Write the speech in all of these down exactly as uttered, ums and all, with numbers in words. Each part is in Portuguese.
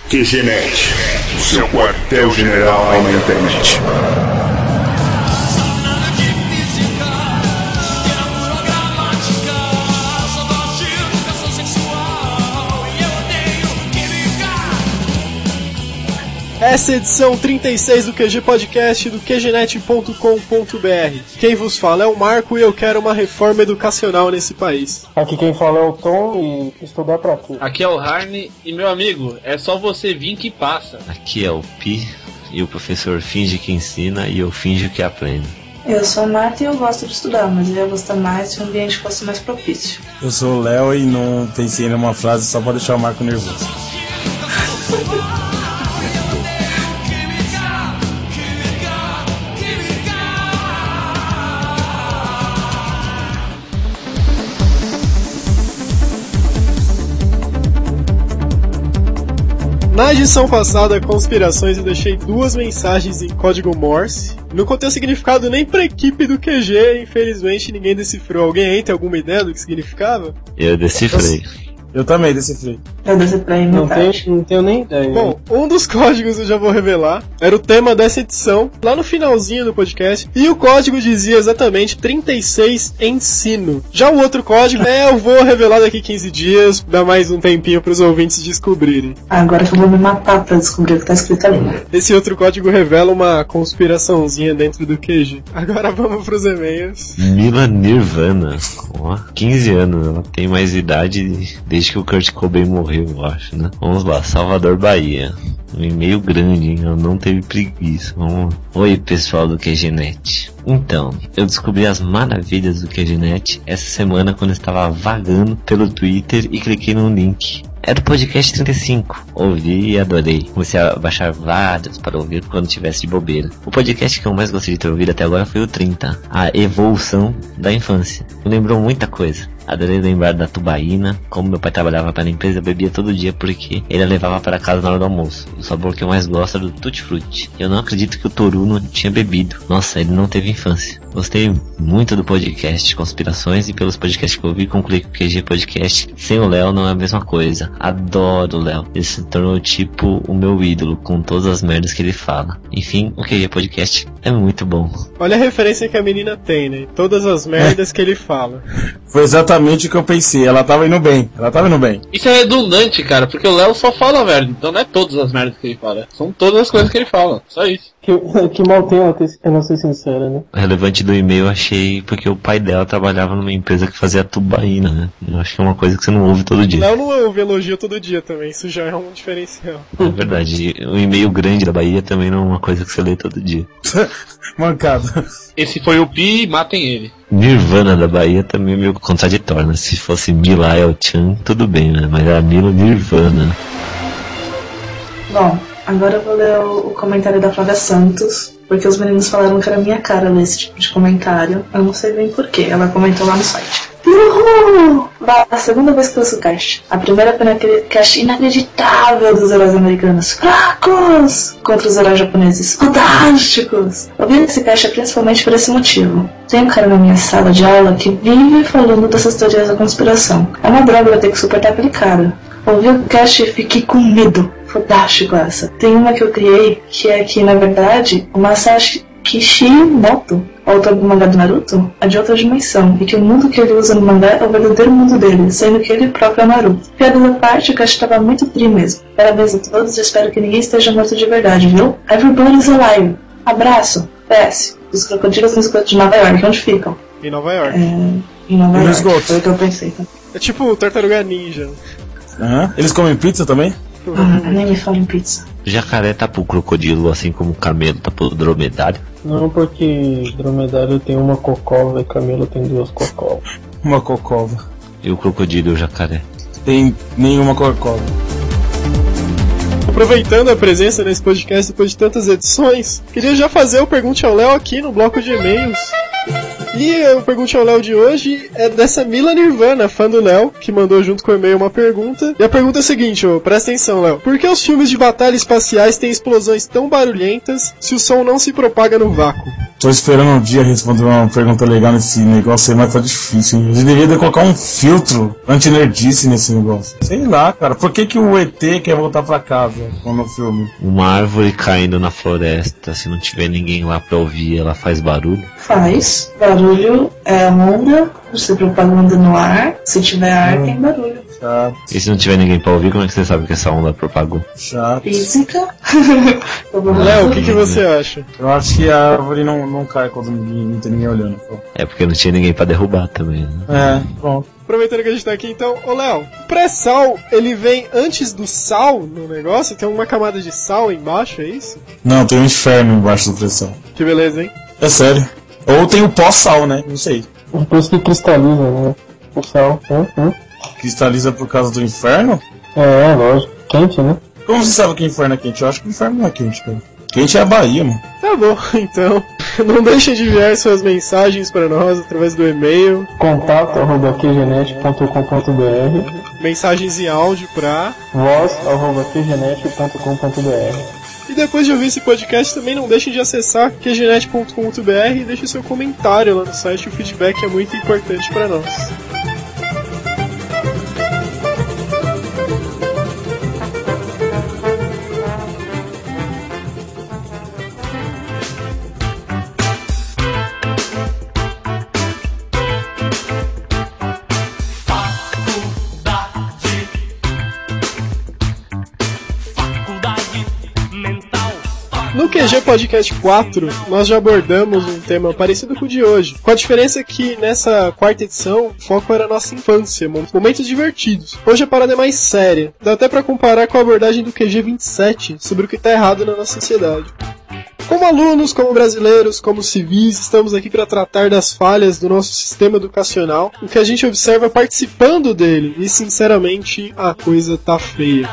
QGNet, o seu quartel-general na internet. Essa é a edição trinta e seis do Q G Podcast do Q G net ponto com ponto b r. Quem vos fala é o Marco e eu quero uma reforma educacional nesse país. Aqui quem fala é o Tom e estudar pra quê? Aqui é o Harney e, meu amigo, é só você vir que passa. Aqui é o Pi e o professor finge que ensina e eu finjo que aprendo. Eu sou a Marta e eu gosto de estudar, mas eu ia gostar mais se o ambiente fosse mais propício. Eu sou o Léo e não pensei numa frase só pra deixar o Marco nervoso. Na edição passada, Conspirações, eu deixei duas mensagens em código Morse. Não contei o significado nem pra equipe do Q G, infelizmente ninguém decifrou. Alguém aí tem alguma ideia do que significava? Eu decifrei. Eu também decifrei. Eu decifrei não, tenho, não tenho nem ideia. Bom, um dos códigos eu já vou revelar. Era o tema dessa edição, lá no finalzinho do podcast. E o código dizia exatamente trinta e seis ensino. Já o outro código, né, eu vou revelar daqui quinze dias. Dá mais um tempinho pros ouvintes descobrirem. Agora que eu vou me matar pra descobrir o que tá escrito ali. Esse outro código revela uma conspiraçãozinha dentro do Q G. Agora vamos pros e-mails. Mila Nirvana. Ó, quinze anos. Ela tem mais idade desde que o Kurt Cobain morreu, eu acho, né? Vamos lá, Salvador, Bahia. Um e-mail grande, hein? Ela não teve preguiça. Vamos lá. Oi, pessoal do QGNet. Então, eu descobri as maravilhas do QGNet essa semana quando eu estava vagando pelo Twitter e cliquei num link. Era o podcast trinta e cinco. Ouvi e adorei. Comecei a baixar vários para ouvir quando tivesse de bobeira. O podcast que eu mais gostei de ter ouvido até agora foi o trinta. A evolução da infância. Me lembrou muita coisa. Adorei lembrar da tubaína. Como meu pai trabalhava para a empresa, eu bebia todo dia porque ele a levava para casa na hora do almoço. O sabor que eu mais gosto é do Tutti Frutti. Eu não acredito que o Toru não tinha bebido. Nossa, ele não teve infância. Gostei muito do podcast Conspirações e pelos podcasts que eu ouvi, concluí que o Q G Podcast sem o Léo não é a mesma coisa. Adoro o Léo. Ele se tornou tipo o meu ídolo com todas as merdas que ele fala. Enfim, o Q G Podcast é muito bom. Olha a referência que a menina tem, né? Todas as merdas que ele fala. Foi exatamente o que eu pensei. Ela tava indo bem. Ela tava indo bem. Isso é redundante, cara, porque o Léo só fala merda. Então não é todas as merdas que ele fala. São todas as coisas que ele fala. Só isso. Que, que mal tem ela, eu não ser sincera, né? O relevante do e-mail eu achei porque o pai dela trabalhava numa empresa que fazia tubaína, né? Eu acho que é uma coisa que você não ouve todo dia. Léo não ouve elogio todo dia também, isso já é um diferencial. É verdade, o e-mail grande da Bahia também não é uma coisa que você lê todo dia. Mancado. Esse foi o Pi, matem ele. Nirvana da Bahia também é meio contraditório, né? Se fosse Mila El-Chan, tudo bem, né? Mas é a Mila Nirvana. Bom, agora eu vou ler o, o comentário da Flávia Santos, porque os meninos falaram que era minha cara ler esse tipo de comentário. Eu não sei bem porquê, ela comentou lá no site. Uhul! A segunda vez que eu ouço o cast. A primeira foi naquele cast inacreditável dos heróis americanos fracos contra os heróis japoneses fantásticos. Eu vi esse cast principalmente por esse motivo. Tem um cara na minha sala de aula que vive falando dessas teorias da conspiração. É uma droga eu ter que suportar aquele cara. Ouvi o cast e fiquei com medo. Fantástico essa. Tem uma que eu criei, que é que, na verdade, o Masashi Kishimoto, o autor do mangá do Naruto, é de outra dimensão, e que o mundo que ele usa no mangá é o verdadeiro mundo dele, sendo que ele próprio é o Naruto. Piada da parte, o cast tava muito tri mesmo. Parabéns a todos e espero que ninguém esteja morto de verdade, viu? Everybody's alive. Abraço. P S. Os crocodilos no esgoto de Nova York, onde ficam? Em Nova York. É... Em Nova no York, esgoto. foi o que eu pensei. Tá? É tipo Tartaruga Ninja. Uhum. Eles comem pizza também? Ah, nem me fala em pizza. Jacaré tá pro crocodilo, assim como o camelo tá pro dromedário? Não, porque dromedário tem uma cocova e camelo tem duas cocovas. Uma cocova. E o crocodilo e o jacaré? Tem nenhuma cocova. Aproveitando a presença nesse podcast depois de tantas edições, queria já fazer o Pergunte ao Léo aqui no bloco de e-mails. E o Pergunte ao Léo de hoje é dessa Mila Nirvana, fã do Léo, que mandou junto com o e-mail uma pergunta. E a pergunta é a seguinte, ô, presta atenção, Léo. Por que os filmes de batalha espaciais têm explosões tão barulhentas se o som não se propaga no vácuo? Tô esperando um dia responder uma pergunta legal nesse negócio aí, mas tá difícil, hein? A gente deveria colocar um filtro anti-nerdice nesse negócio. Sei lá, cara. Por que que o E T quer voltar pra casa quando no filme? Uma árvore caindo na floresta, se não tiver ninguém lá pra ouvir, ela faz barulho? Faz. Barulho é a onda, você propaganda no ar. Se tiver ar, hum. tem barulho. Chato. E se não tiver ninguém pra ouvir, como é que você sabe que essa onda propagou? Chato. Física. Léo, o que, que você acha? Eu acho que a árvore não, não cai quando ninguém, não tem ninguém olhando. Pô. É porque não tinha ninguém pra derrubar também, né? É, pronto. Aproveitando que a gente tá aqui, então, ô Léo, o pré-sal, ele vem antes do sal no negócio? Tem uma camada de sal embaixo, é isso? Não, tem um inferno embaixo do pré-sal. Que beleza, hein? É sério. Ou tem o pós-sal, né? Não sei. Depois que cristaliza, né? O sal. Hum, hum. Cristaliza por causa do inferno? É, lógico. Quente, né? Como você sabe que o inferno é quente? Eu acho que o inferno não é quente, cara. Quente é a Bahia, mano. Tá bom, então. Não deixem de enviar suas mensagens para nós através do e-mail. Contato arroba qgenet ponto com ponto br. Mensagens em áudio pra voz arroba qgenet ponto com ponto br. E depois de ouvir esse podcast, também não deixem de acessar qgenet ponto com ponto br e deixem seu comentário lá no site. O feedback é muito importante para nós. No Q G Podcast quatro, nós já abordamos um tema parecido com o de hoje, com a diferença que nessa quarta edição o foco era a nossa infância, momentos divertidos. Hoje a parada é mais séria, dá até pra comparar com a abordagem do Q G vinte e sete sobre o que tá errado na nossa sociedade. Como alunos, como brasileiros, como civis, estamos aqui para tratar das falhas do nosso sistema educacional, o que a gente observa participando dele, e sinceramente a coisa tá feia.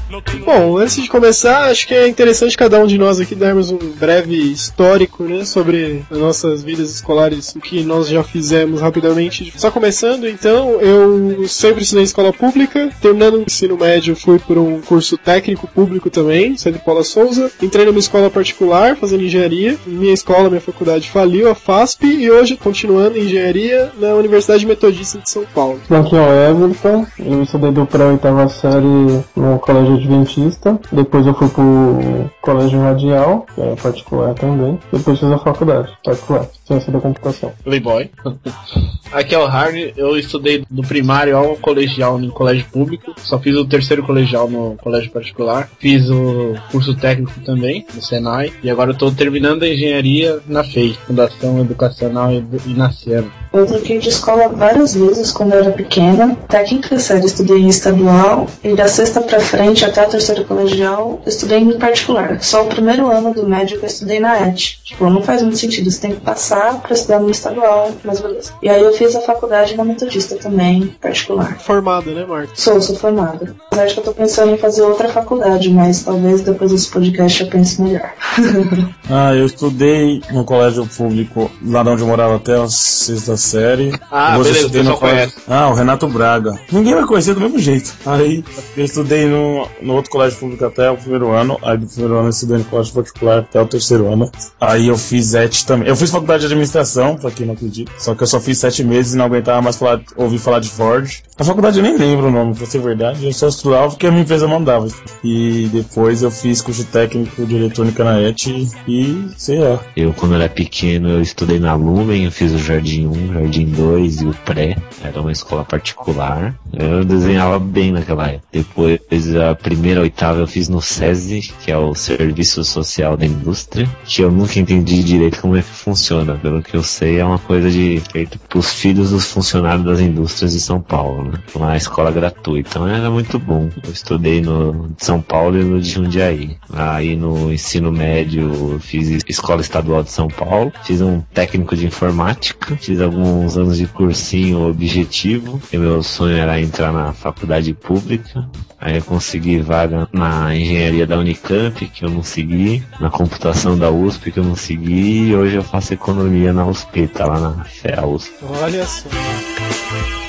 Bom, antes de começar, acho que é interessante cada um de nós aqui darmos um breve histórico, né, sobre as nossas vidas escolares, o que nós já fizemos rapidamente. Só começando, então, eu sempre estudei em escola pública, terminando o ensino médio fui por um curso técnico público também, Centro Paula Souza, entrei numa escola particular, fazendo engenharia, minha escola, minha faculdade faliu, a FASP, e hoje continuando em engenharia na Universidade Metodista de São Paulo. Aqui é o Everton, eu estudei do pré-oitava série no colégio adventista, depois eu fui pro colégio radial, que é particular também, depois fiz a faculdade particular, ciência da computação. Playboy. Aqui é o Harney, eu estudei do primário ao colegial no colégio público, só fiz o terceiro colegial no colégio particular, fiz o curso técnico também, no Senai, e agora eu tô terminando a engenharia na F E I, Fundação Educacional Inaciano. Eu troquei de escola várias vezes quando eu era pequena. Até a quinta série estudei em estadual e da sexta pra frente até a terceira colegial estudei em particular. Só o primeiro ano do médio que eu estudei na E T. Tipo, não faz muito sentido, você tem que passar pra estudar no estadual, mas beleza. E aí eu fiz a faculdade na Metodista também, particular. Formada, né, Marcos? Sou, sou formada. Eu acho que eu tô pensando em fazer outra faculdade, mas talvez depois desse podcast eu pense melhor. Ah, eu estudei no colégio público lá de onde eu morava até a sexta série. Ah, Depois beleza, eu estudei o no pessoal colégio... Ah, o Renato Braga. Ninguém vai conhecer do mesmo jeito. Aí eu estudei no, no outro colégio público até o primeiro ano. Aí do primeiro ano eu estudei no colégio particular até o terceiro ano. Aí eu fiz E T também. Eu fiz faculdade de administração, pra quem não acredita. Só que eu só fiz sete meses e não aguentava mais falar, ouvir falar de Ford. A faculdade eu nem lembro o nome, pra ser verdade. Eu só estudava porque a minha empresa mandava. E depois eu fiz curso técnico de eletrônica na E T e sei lá. Eu, quando era pequeno, eu estudei na Lumen, eu fiz o Jardim um, Jardim dois e o Pré. Era uma escola particular. Eu desenhava bem naquela época. Depois, a primeira oitava eu fiz no SESI, que é o Serviço Social da Indústria, que eu nunca entendi direito como é que funciona. Pelo que eu sei, é uma coisa de feito pros filhos dos funcionários das indústrias de São Paulo, né? Uma escola gratuita. Então era muito bom. Eu estudei no de São Paulo e no de Jundiaí. Aí no ensino médio eu fiz escola estadual de São Paulo, fiz um técnico de informática, fiz alguns anos de cursinho objetivo, e meu sonho era entrar na faculdade pública. Aí eu consegui vaga na engenharia da Unicamp, que eu não segui, na computação da U S P, que eu não segui, e hoje eu faço economia na U S P, tá lá na F E A U S P. Olha só.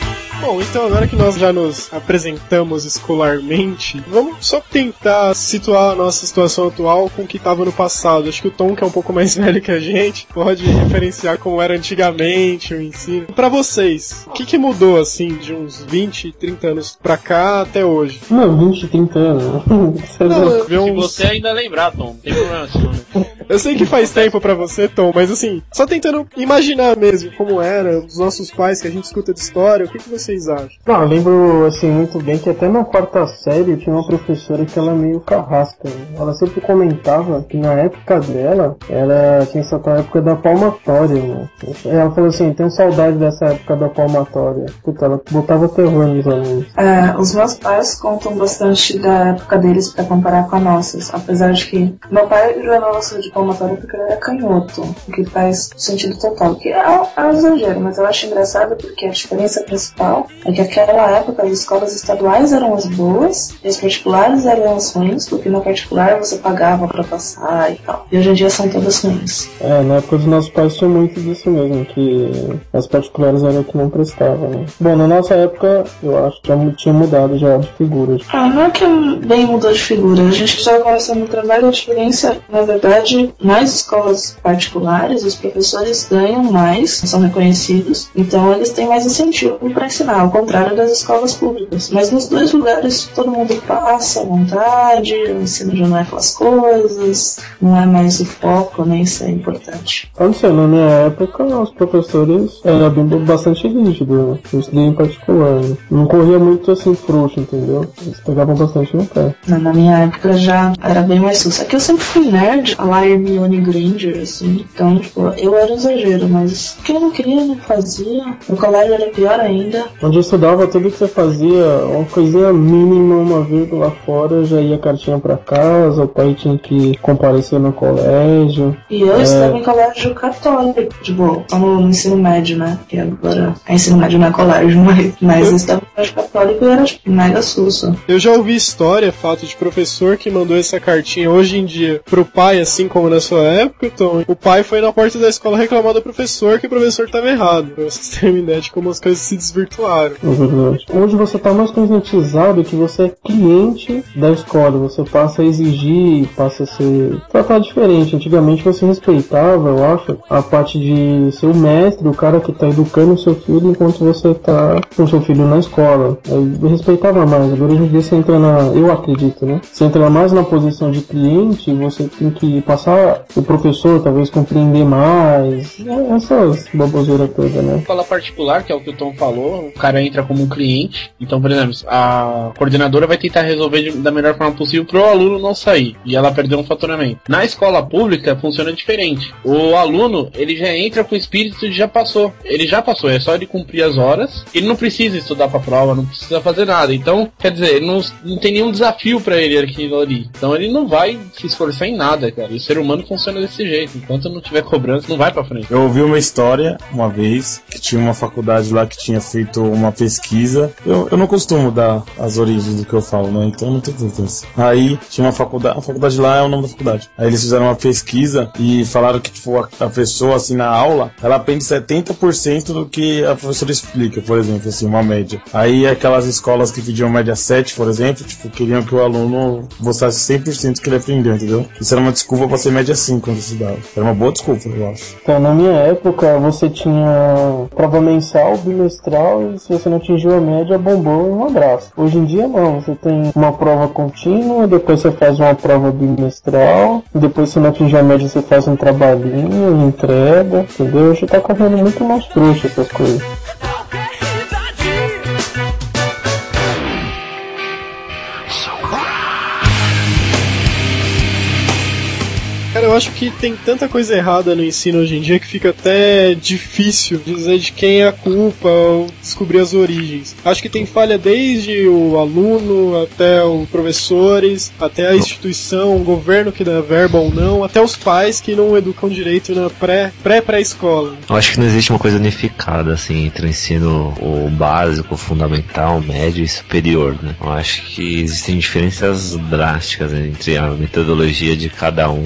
Bom, então agora que nós já nos apresentamos escolarmente, vamos só tentar situar a nossa situação atual com o que estava no passado. Acho que o Tom, que é um pouco mais velho que a gente, pode referenciar como era antigamente o ensino. Pra vocês, o que, que mudou, assim, de uns vinte, trinta anos pra cá até hoje? Não, vinte, trinta anos. Não, Se você ainda lembrar, Tom, não tem problema assim. Eu sei que faz tempo pra você, Tom, mas assim, só tentando imaginar mesmo como era, os nossos pais que a gente escuta de história, o que, que vocês acham? Não, eu lembro, assim, muito bem que até na quarta série eu tinha uma professora que ela é meio carrasca. Ela sempre comentava que na época dela, ela tinha essa época da palmatória, né? Ela falou assim, tenho saudade dessa época da palmatória. Puta, ela botava terror nos alunos. É, os meus pais contam bastante da época deles pra comparar com a nossa, apesar de que meu pai já não gostou de palmatória porque ele era canhoto, o que faz sentido total, que é um exagero, mas eu acho engraçado porque a diferença principal é que naquela época as escolas estaduais eram as boas e as particulares eram as ruins, porque na particular você pagava pra passar e tal, e hoje em dia são todas ruins. É, na época dos nossos pais tinha muito disso mesmo, que as particulares eram que não prestavam, né? Bom, na nossa época eu acho que já tinha mudado já de figuras. Ah, não é que bem mudou de figura, a gente já começando no trabalho, a diferença, na verdade, nas escolas particulares, os professores ganham mais, são reconhecidos, então eles têm mais incentivo para ensinar, ao contrário das escolas públicas. Mas nos dois lugares todo mundo passa à vontade, o ensino já não é aquelas coisas, não é mais o foco, nem isso é importante. Eu não sei, na minha época os professores eram bastante rígidos, né? Eu estudei em particular, né? Não corria muito assim frouxo, entendeu? Eles pegavam bastante no pé. Não, na minha época já era bem mais sus. É que eu sempre fui nerd, a lá Hermione Granger, assim, então, tipo, eu era um exagero, mas quem não queria, não fazia. No colégio era pior ainda. Onde eu estudava, tudo que você fazia, uma coisinha mínima, uma vírgula fora, já ia cartinha pra casa, o pai tinha que comparecer no colégio. E eu é... estava em colégio católico, tipo, só no ensino médio, né? Que agora é ensino médio, não é colégio, mas, mas eu estava no colégio católico e era, tipo, mega sussa. Eu já ouvi história, fato de professor que mandou essa cartinha hoje em dia pro pai, assim como na sua época, então o pai foi na porta da escola reclamar do professor que o professor estava errado. Pra vocês terem uma ideia de como as coisas se desvirtuaram. É verdade. Hoje você tá mais conscientizado que você é cliente da escola, você passa a exigir, passa a ser tratado diferente. Antigamente você respeitava, eu acho, a parte de ser o mestre, o cara que tá educando o seu filho enquanto você tá com o seu filho na escola. Eu respeitava mais. Agora hoje em dia você entra na, eu acredito, né? Você entra mais na posição de cliente, você tem que passar o professor, talvez compreender mais, essas baboseiras todas, né? Escola particular, que é o que o Tom falou, o cara entra como um cliente, então, por exemplo, a coordenadora vai tentar resolver de, da melhor forma possível pro aluno não sair, e ela perder um faturamento. Na escola pública, funciona diferente. O aluno, ele já entra com o espírito de já passou. Ele já passou, é só ele cumprir as horas, ele não precisa estudar pra prova, não precisa fazer nada. Então, quer dizer, ele não, não tem nenhum desafio pra ele aquilo ali. Então ele não vai se esforçar em nada, cara. E o ser humano funciona desse jeito. Enquanto não tiver cobrança, não vai pra frente. Eu ouvi uma história, uma vez, que tinha uma faculdade lá que tinha feito uma pesquisa. Eu, eu não costumo dar as origens do que eu falo, né? Então não tem importância. Aí tinha uma faculdade, a faculdade lá é o nome da faculdade. Aí eles fizeram uma pesquisa e falaram que, tipo, a, a pessoa, assim, na aula, ela aprende setenta por cento do que a professora explica, por exemplo, assim, uma média. Aí aquelas escolas que pediam média sete, por exemplo, tipo, queriam que o aluno mostrasse cem por cento que ele aprendeu, entendeu? Isso era uma desculpa pra ser média cinco quando estudava. Era uma boa desculpa, eu acho. Então, na minha época, você tinha prova mensal, bimestral, e se você não atingiu a média, bombou, um abraço. Hoje em dia, não. Você tem uma prova contínua, depois você faz uma prova bimestral, depois se não atingir a média, você faz um trabalhinho, entrega, entendeu? Hoje tá correndo muito mais frouxo essas coisas. Cara, eu acho que tem tanta coisa errada no ensino hoje em dia que fica até difícil dizer de quem é a culpa ou descobrir as origens. Acho que tem falha desde o aluno, até os professores, até a instituição, o governo que dá verba ou não, até os pais que não educam direito na pré, pré-pré-escola. Eu acho que não existe uma coisa unificada, assim, entre o ensino o básico, o fundamental, o médio e superior, né? Eu acho que existem diferenças drásticas entre a metodologia de cada um e até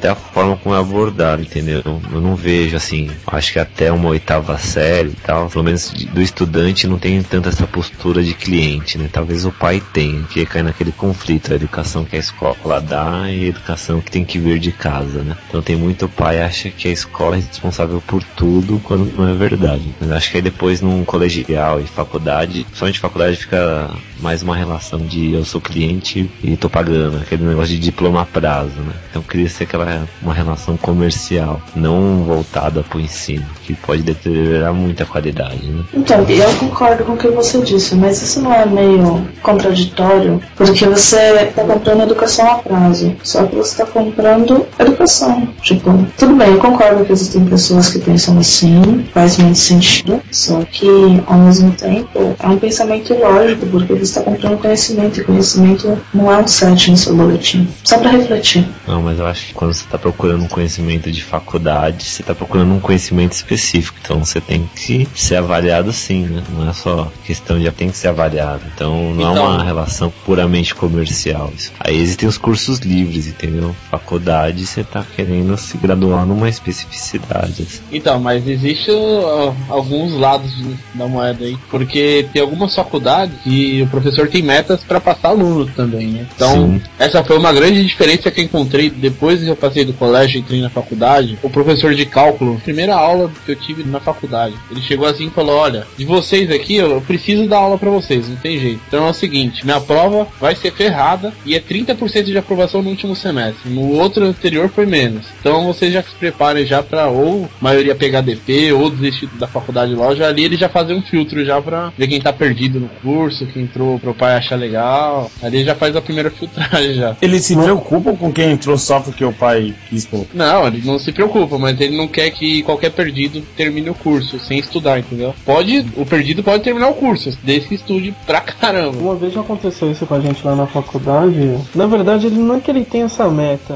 até a forma como é abordado, entendeu? Eu não vejo assim, acho que até uma oitava série e tal, pelo menos do estudante não tem tanto essa postura de cliente, né? Talvez o pai tenha, que cai naquele conflito, a educação que a escola dá e a educação que tem que vir de casa, né? Então tem muito pai que acha que a escola é responsável por tudo, quando não é verdade. Mas acho que aí depois num colegial e faculdade, somente faculdade fica mais uma relação de eu sou cliente e tô pagando, aquele negócio de diploma a prazo, né? Então queria ser aquela uma relação comercial, não voltada pro ensino, que pode deteriorar muito a qualidade, né? Então, eu concordo com o que você disse, mas isso não é meio contraditório, porque você está comprando educação a prazo, só que você está comprando educação. Tipo, tudo bem, eu concordo que existem pessoas que pensam assim, faz muito sentido, só que, ao mesmo tempo, é um pensamento ilógico, porque você está comprando conhecimento, e conhecimento não é um set no seu boletim. Só para refletir. Não, mas eu acho que quando você está procurando um conhecimento de faculdade, você está procurando um conhecimento específico, então você tem que ser avaliado sim, né? Não é só questão de tem que ser avaliado, então não então... é uma relação puramente comercial. Isso. Aí existem os cursos livres, entendeu? Faculdade, você está querendo se graduar numa especificidade. Assim. Então, mas existe uh, alguns lados de, da moeda aí, porque tem algumas faculdades que o professor tem metas para passar aluno também, né? Então, sim. Essa foi uma grande diferença que eu encontrei depois que eu passei do colégio e entrei na faculdade. O professor de cálculo, primeira aula que eu tive na faculdade, ele chegou assim e falou: olha, de vocês aqui, eu preciso dar aula pra vocês, não tem jeito. Então é o seguinte, minha prova vai ser ferrada e é trinta por cento de aprovação no último semestre. No outro anterior foi menos. Então vocês já se preparem já pra ou maioria pegar D P ou desistir da faculdade logo. Já ali ele já fazem um filtro já pra ver quem tá perdido no curso, quem entrou pro pai achar legal. Ali ele já faz a primeira filtragem já. Eles se preocupam com quem entrou só porque o pai quis pôr? Não, ele não se preocupa, mas ele não quer que qualquer perdido termine o curso sem estudar, entendeu? Pode, o perdido pode terminar o curso, desde que estude pra caramba. Uma vez já aconteceu isso com a gente lá na faculdade. Na verdade, ele não é que ele tem essa meta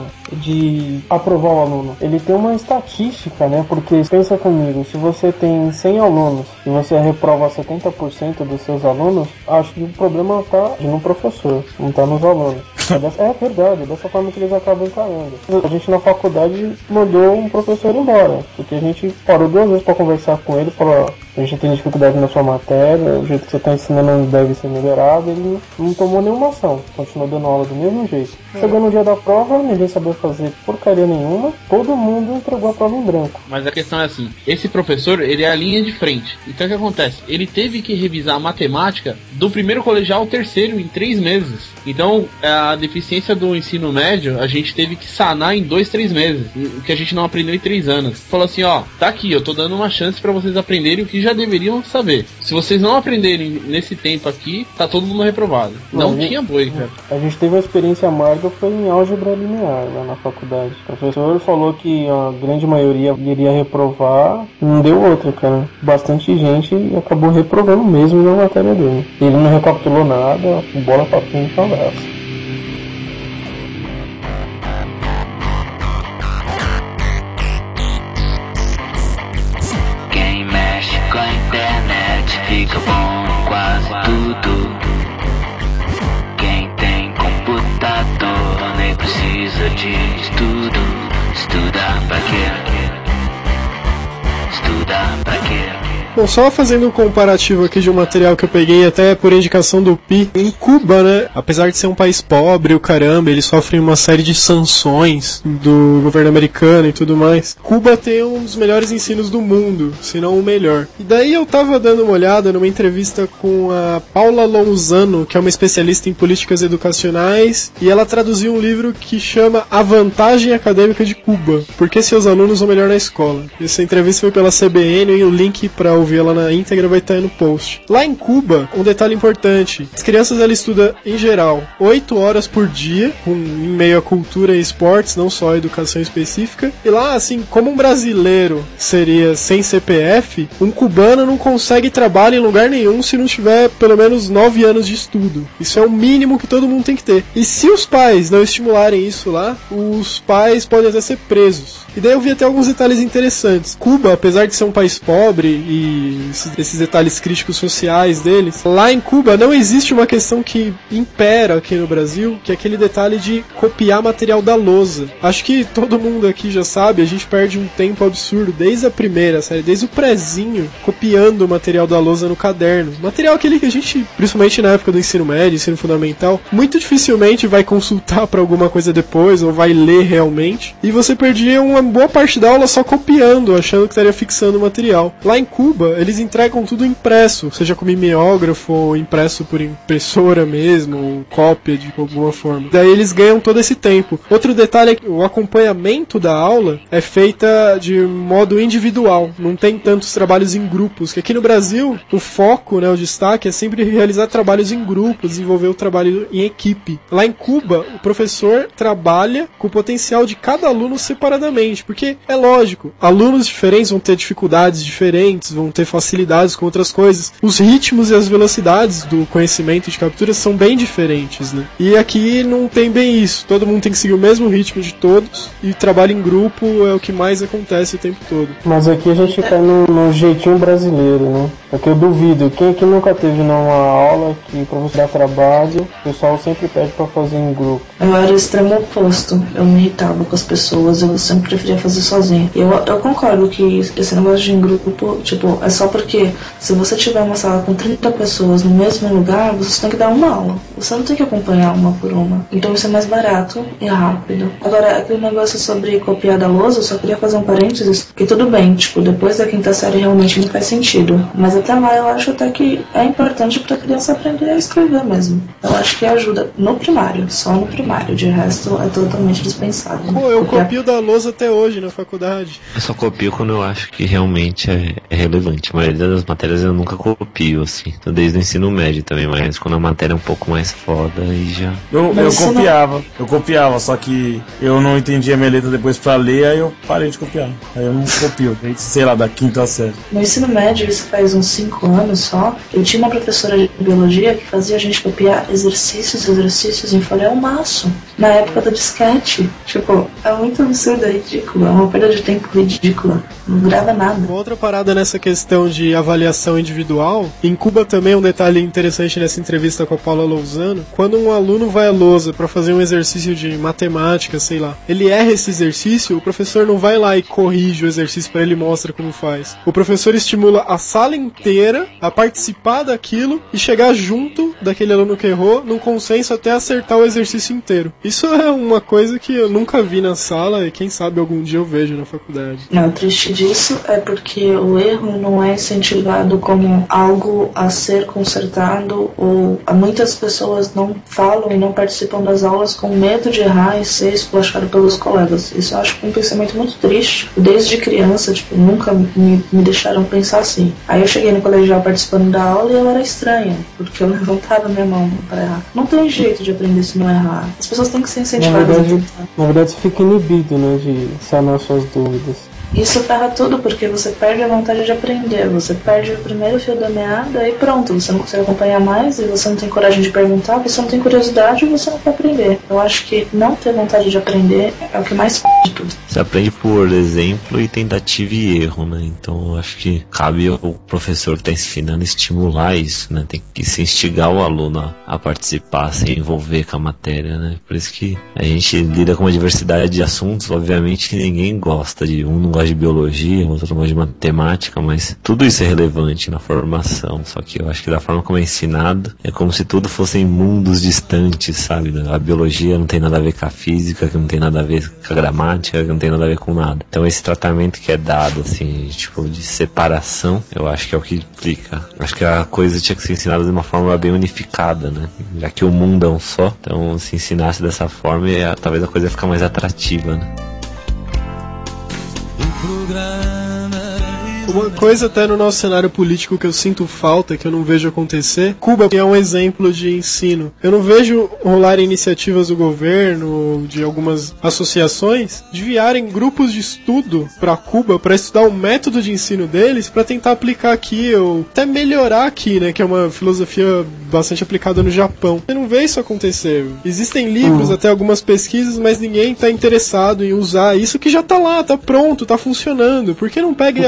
de aprovar o aluno. Ele tem uma estatística, né? Porque, pensa comigo, se você tem cem alunos e você reprova setenta por cento dos seus alunos, acho que o problema tá no professor, não tá nos alunos. É, dessa, é verdade, é dessa forma que eles acabam encarando. A gente na faculdade mandou um professor embora, porque a gente parou duas vezes pra conversar com ele, falou: a gente tem dificuldade na sua matéria, o jeito que você está ensinando não deve ser melhorado. Ele não tomou nenhuma ação, continuou dando aula do mesmo jeito. É. Chegou no dia da prova, ninguém sabia fazer porcaria nenhuma, todo mundo entregou a prova em branco. Mas a questão é assim, esse professor, ele é a linha de frente. Então o que acontece? Ele teve que revisar a matemática do primeiro colegial ao terceiro em três meses. Então a deficiência do ensino médio, a gente teve que sanar em dois, três meses, o que a gente não aprendeu em três anos. Falou assim, ó, tá aqui, eu tô dando uma chance pra vocês aprenderem o que já deveriam saber. Se vocês não aprenderem nesse tempo aqui, tá todo mundo reprovado. Não, não tinha boi, cara. A gente teve uma experiência amarga, foi em álgebra linear lá na faculdade. O professor falou que a grande maioria iria reprovar, não deu outra, cara. Bastante gente acabou reprovando mesmo na matéria dele. Ele não recapitulou nada, bola pra frente e um abraço. Fica bom em quase tudo. Quem tem computador nem precisa de estudo. Estudar pra quê? Estudar pra quê? Bom, só fazendo um comparativo aqui de um material que eu peguei até por indicação do Pi, em Cuba, né, apesar de ser um país pobre, o caramba, eles sofrem uma série de sanções do governo americano e tudo mais. Cuba tem um dos melhores ensinos do mundo, se não o melhor. E daí eu tava dando uma olhada numa entrevista com a Paula Lousano, que é uma especialista em políticas educacionais, e ela traduziu um livro que chama A Vantagem Acadêmica de Cuba, por que seus alunos vão melhor na escola. Essa entrevista foi pela C B N e o link para ouvir ela na íntegra vai estar aí no post. Lá em Cuba, um detalhe importante, as crianças elas estudam em geral oito horas por dia, com, em meio à cultura e esportes, não só a educação específica, e lá, assim, como um brasileiro seria sem C P F, um cubano não consegue trabalho em lugar nenhum se não tiver pelo menos nove anos de estudo. Isso é o mínimo que todo mundo tem que ter. E se os pais não estimularem isso lá, os pais podem até ser presos. E daí eu vi até alguns detalhes interessantes. Cuba, apesar de ser um país pobre e e esses, esses detalhes críticos sociais deles. Lá em Cuba não existe uma questão que impera aqui no Brasil, que é aquele detalhe de copiar material da lousa. Acho que todo mundo aqui já sabe, a gente perde um tempo absurdo desde a primeira série, desde o prezinho, copiando o material da lousa no caderno. Material aquele que a gente, principalmente na época do ensino médio, ensino fundamental, muito dificilmente vai consultar pra alguma coisa depois, ou vai ler realmente, e você perdia uma boa parte da aula só copiando, achando que estaria fixando o material. Lá em Cuba, eles entregam tudo impresso, seja com mimeógrafo, ou impresso por impressora mesmo, ou cópia de alguma forma. Daí eles ganham todo esse tempo. Outro detalhe é que o acompanhamento da aula é feita de modo individual, não tem tantos trabalhos em grupos, que aqui no Brasil, o foco, né, o destaque é sempre realizar trabalhos em grupo, desenvolver o trabalho em equipe. Lá em Cuba, o professor trabalha com o potencial de cada aluno separadamente, porque é lógico, alunos diferentes vão ter dificuldades diferentes, vão ter facilidades com outras coisas. Os ritmos e as velocidades do conhecimento de captura são bem diferentes, né? E aqui não tem bem isso, todo mundo tem que seguir o mesmo ritmo de todos, e trabalho em grupo é o que mais acontece o tempo todo. Mas aqui a gente cai no, no jeitinho brasileiro, né? Porque eu duvido, quem aqui nunca teve numa aula que o professor dá trabalho, o pessoal sempre pede pra fazer em grupo. Eu era o extremo oposto, eu me irritava com as pessoas, eu sempre preferia fazer sozinho. Eu, eu concordo que esse negócio de em grupo, tipo, é só porque se você tiver uma sala com trinta pessoas no mesmo lugar, você tem que dar uma aula. Você não tem que acompanhar uma por uma. Então isso é mais barato e rápido. Agora, aquele negócio sobre copiar da lousa, eu só queria fazer um parênteses, que tudo bem, tipo, depois da quinta série realmente não faz sentido. Mas até lá eu acho até que é importante pra criança aprender a escrever mesmo. Eu acho que ajuda no primário, só no primário, de resto é totalmente dispensável. Pô, eu copio da lousa até hoje na faculdade. Eu só copio quando eu acho que realmente é, é relevante. A maioria das matérias eu nunca copio, assim. Então, desde o ensino médio também, mas quando a matéria é um pouco mais foda, aí já... Eu, eu copiava, eu copiava, só que eu não entendia a minha letra depois pra ler, aí eu parei de copiar. Aí eu não copio, sei lá, da quinta série. No ensino médio, isso faz uns cinco anos só, eu tinha uma professora de biologia que fazia a gente copiar exercícios, exercícios em folha ao maço, na época do disquete. Tipo, é muito absurdo, é ridículo, é uma perda de tempo ridícula, não grava nada. Uma outra parada nessa questão de avaliação individual, em Cuba também um detalhe interessante nessa entrevista com a Paula Lousano, quando um aluno vai à lousa para fazer um exercício de matemática, sei lá, ele erra esse exercício, o professor não vai lá e corrige o exercício para ele e mostra como faz. O professor estimula a sala inteira a participar daquilo e chegar junto daquele aluno que errou num consenso até acertar o exercício inteiro. Isso é uma coisa que eu nunca vi na sala e quem sabe algum dia eu vejo na faculdade. Não, o triste disso é porque o erro não é incentivado como algo a ser consertado, ou muitas pessoas não falam e não participam das aulas com medo de errar e ser esculachado pelos colegas. Isso eu acho um pensamento muito triste. Desde criança, tipo, nunca me, me deixaram pensar assim. Aí eu cheguei no colegial participando da aula e eu era estranha, porque eu levantava minha mão para errar. Não tem jeito de aprender se não errar. As pessoas têm que ser incentivadas. Na verdade, na verdade você fica inibido, né, de sanar suas dúvidas. Isso ferra tudo, porque você perde a vontade de aprender, você perde o primeiro fio da meada e pronto, você não consegue acompanhar mais, e você não tem coragem de perguntar, você não tem curiosidade e você não quer aprender. Eu acho que não ter vontade de aprender é o que mais f*** de tudo. Você aprende por exemplo e tentativa e erro, né? Então eu acho que cabe o professor que está ensinando estimular isso, né? Tem que se instigar o aluno a participar, se envolver com a matéria, né? Por isso que a gente lida com uma diversidade de assuntos, obviamente que ninguém gosta de um, não gosta de biologia, outro não gosta de matemática, mas tudo isso é relevante na formação, só que eu acho que da forma como é ensinado, é como se tudo fossem mundos distantes, sabe? A biologia não tem nada a ver com a física, que não tem nada a ver com a gramática, que não tem nada a ver com nada. Então esse tratamento que é dado, assim, tipo, de separação, eu acho que é o que implica. Acho que a coisa tinha que ser ensinada de uma forma bem unificada, né? Já que o mundo é um só, então se ensinasse dessa forma, talvez a coisa ia ficar mais atrativa, né? Uma coisa até no nosso cenário político que eu sinto falta, que eu não vejo acontecer, Cuba é um exemplo de ensino. Eu não vejo rolar iniciativas do governo, de algumas associações, de enviarem grupos de estudo para Cuba para estudar o método de ensino deles, para tentar aplicar aqui, ou até melhorar aqui, né, que é uma filosofia bastante aplicada no Japão. Eu não vejo isso acontecer. Existem livros, uhum. até algumas pesquisas, mas ninguém está interessado em usar isso que já tá lá, tá pronto, tá funcionando. Por que não pega e aplica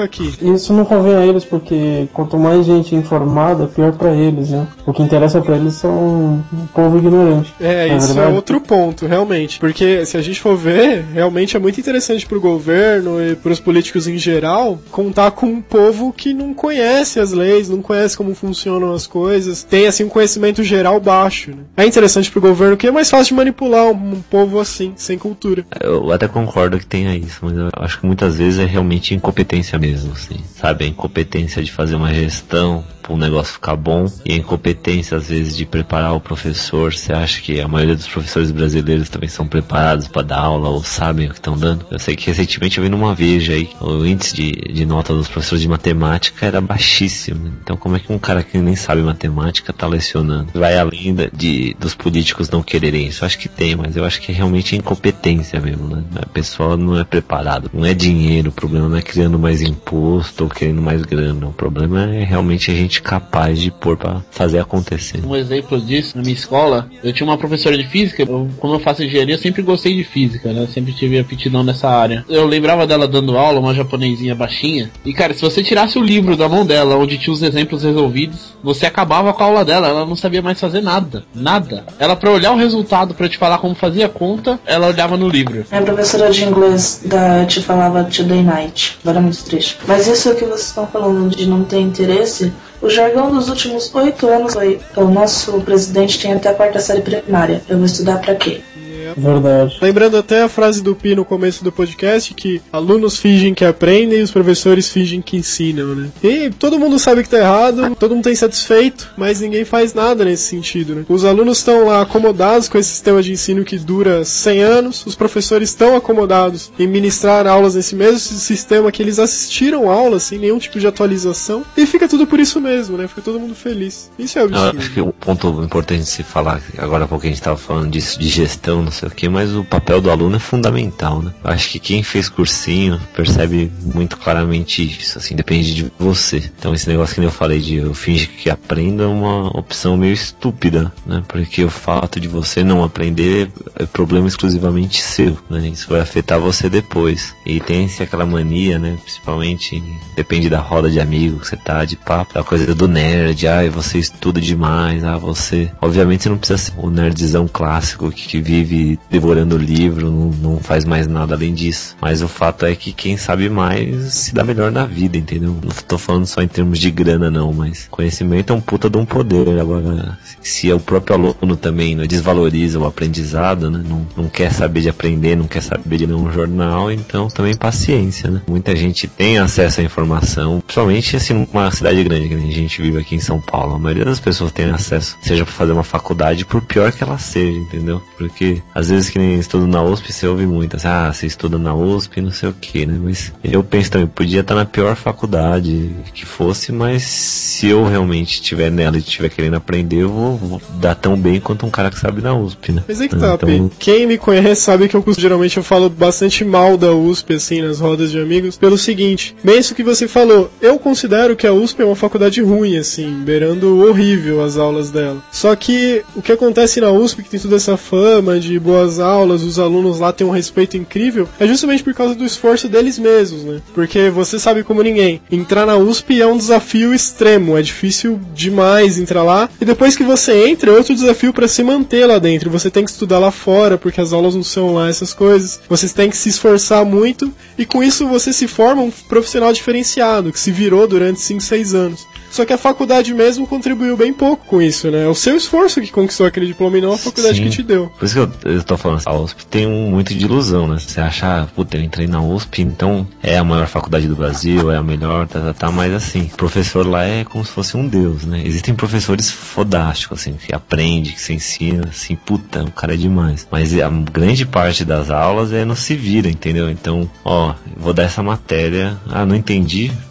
aqui. Isso não convém a eles, porque quanto mais gente informada, pior pra eles, né? O que interessa pra eles são um povo ignorante. É, é isso verdade? é outro ponto, realmente. Porque se a gente for ver, realmente é muito interessante pro governo e pros políticos em geral contar com um povo que não conhece as leis, não conhece como funcionam as coisas, tem assim um conhecimento geral baixo, né? É interessante pro governo que é mais fácil de manipular um, um povo assim, sem cultura. Eu até concordo que tenha isso, mas eu acho que muitas vezes é realmente incompetência mesmo, assim, sabe? A incompetência de fazer uma gestão para um negócio ficar bom, e a incompetência às vezes de preparar o professor. Você acha que a maioria dos professores brasileiros também são preparados para dar aula ou sabem o que estão dando? Eu sei que recentemente eu vi numa Veja aí, o índice de, de nota dos professores de matemática era baixíssimo. Então como é que um cara que nem sabe matemática tá lecionando? Vai além de, dos políticos não quererem isso. Eu acho que tem, mas eu acho que é realmente incompetência mesmo, né? A pessoa não é preparada, não é dinheiro, o problema não é criando mais imposto ou querendo mais grana, o problema é realmente a gente capaz de pôr pra fazer acontecer. Um exemplo disso, na minha escola, eu tinha uma professora de física. Eu, como eu faço engenharia, eu sempre gostei de física, né? Sempre tive aptidão nessa área. Eu lembrava dela dando aula, uma japonesinha baixinha. E cara, se você tirasse o livro da mão dela, onde tinha os exemplos resolvidos, você acabava com a aula dela. Ela não sabia mais fazer nada. Nada. Ela, pra olhar o resultado, pra te falar como fazia a conta, ela olhava no livro. Minha professora de inglês da, te falava Today Night. Era muito triste. Mas isso que vocês estão falando de não ter interesse, o jargão dos últimos oito anos foi: o nosso presidente tem até a quarta série primária. Eu vou estudar pra quê? Verdade. Lembrando até a frase do Pi no começo do podcast, que alunos fingem que aprendem e os professores fingem que ensinam, né? E todo mundo sabe que tá errado, todo mundo tá insatisfeito, mas ninguém faz nada nesse sentido, né? Os alunos estão lá acomodados com esse sistema de ensino que dura cem anos, os professores estão acomodados em ministrar aulas nesse mesmo sistema que eles assistiram aulas sem nenhum tipo de atualização, e fica tudo por isso mesmo, né? Fica todo mundo feliz. Isso é absurdo. Acho que um ponto importante de se falar, agora há pouco a gente tava falando disso, de gestão, não sei o que, mas o papel do aluno é fundamental, né? Acho que quem fez cursinho percebe muito claramente isso, assim, depende de você. Então esse negócio que eu falei de eu finge que aprendo é uma opção meio estúpida, né? Porque o fato de você não aprender é problema exclusivamente seu, né? Isso vai afetar você depois. E tem-se aquela mania, né? Principalmente, depende da roda de amigos que você tá, de papo, a coisa do nerd, ah, você estuda demais, ah, você... Obviamente você não precisa ser o nerdzão clássico que, que vive devorando o livro, não, não faz mais nada além disso. Mas o fato é que quem sabe mais se dá melhor na vida, entendeu? Não tô falando só em termos de grana não, mas conhecimento é um puta de um poder. Agora, se o próprio aluno também, né, desvaloriza o aprendizado, né, não, não quer saber de aprender, não quer saber de ler um jornal, então também paciência, né? Muita gente tem acesso à informação, principalmente assim numa cidade grande, que a gente vive aqui em São Paulo. A maioria das pessoas tem acesso, seja pra fazer uma faculdade, por pior que ela seja, entendeu? Porque às vezes que nem estudo na U S P, você ouve muito assim, ah, você estuda na U S P, não sei o que, né? Mas eu penso também, podia estar na pior faculdade que fosse, mas se eu realmente estiver nela e estiver querendo aprender, eu vou, vou dar tão bem quanto um cara que sabe na U S P, né? Mas é que tá, então... Pi. Quem me conhece sabe que eu geralmente eu falo bastante mal da U S P, assim, nas rodas de amigos, pelo seguinte, bem isso que você falou, eu considero que a U S P é uma faculdade ruim, assim, beirando horrível as aulas dela. Só que o que acontece na U S P, que tem toda essa fama de boas aulas, os alunos lá têm um respeito incrível, é justamente por causa do esforço deles mesmos, né? Porque você sabe como ninguém, entrar na U S P é um desafio extremo, é difícil demais entrar lá, e depois que você entra, é outro desafio pra se manter lá dentro. Você tem que estudar lá fora, porque as aulas não são lá essas coisas, você tem que se esforçar muito, e com isso você se forma um profissional diferenciado, que se virou durante cinco, seis anos. Só que a faculdade mesmo contribuiu bem pouco com isso, né? É o seu esforço que conquistou aquele diploma e não a faculdade Sim. que te deu. Por isso que eu, eu tô falando, a U S P tem um, muito de ilusão, né? Você acha, ah, puta, eu entrei na U S P, então é a maior faculdade do Brasil, é a melhor, tá, tá, tá, mas assim, o professor lá é como se fosse um deus, né? Existem professores fodásticos, assim, que aprende, que se ensina, assim, puta, o cara é demais. Mas a grande parte das aulas é no se vira, entendeu? Então, ó, vou dar essa matéria, ah, não entendi,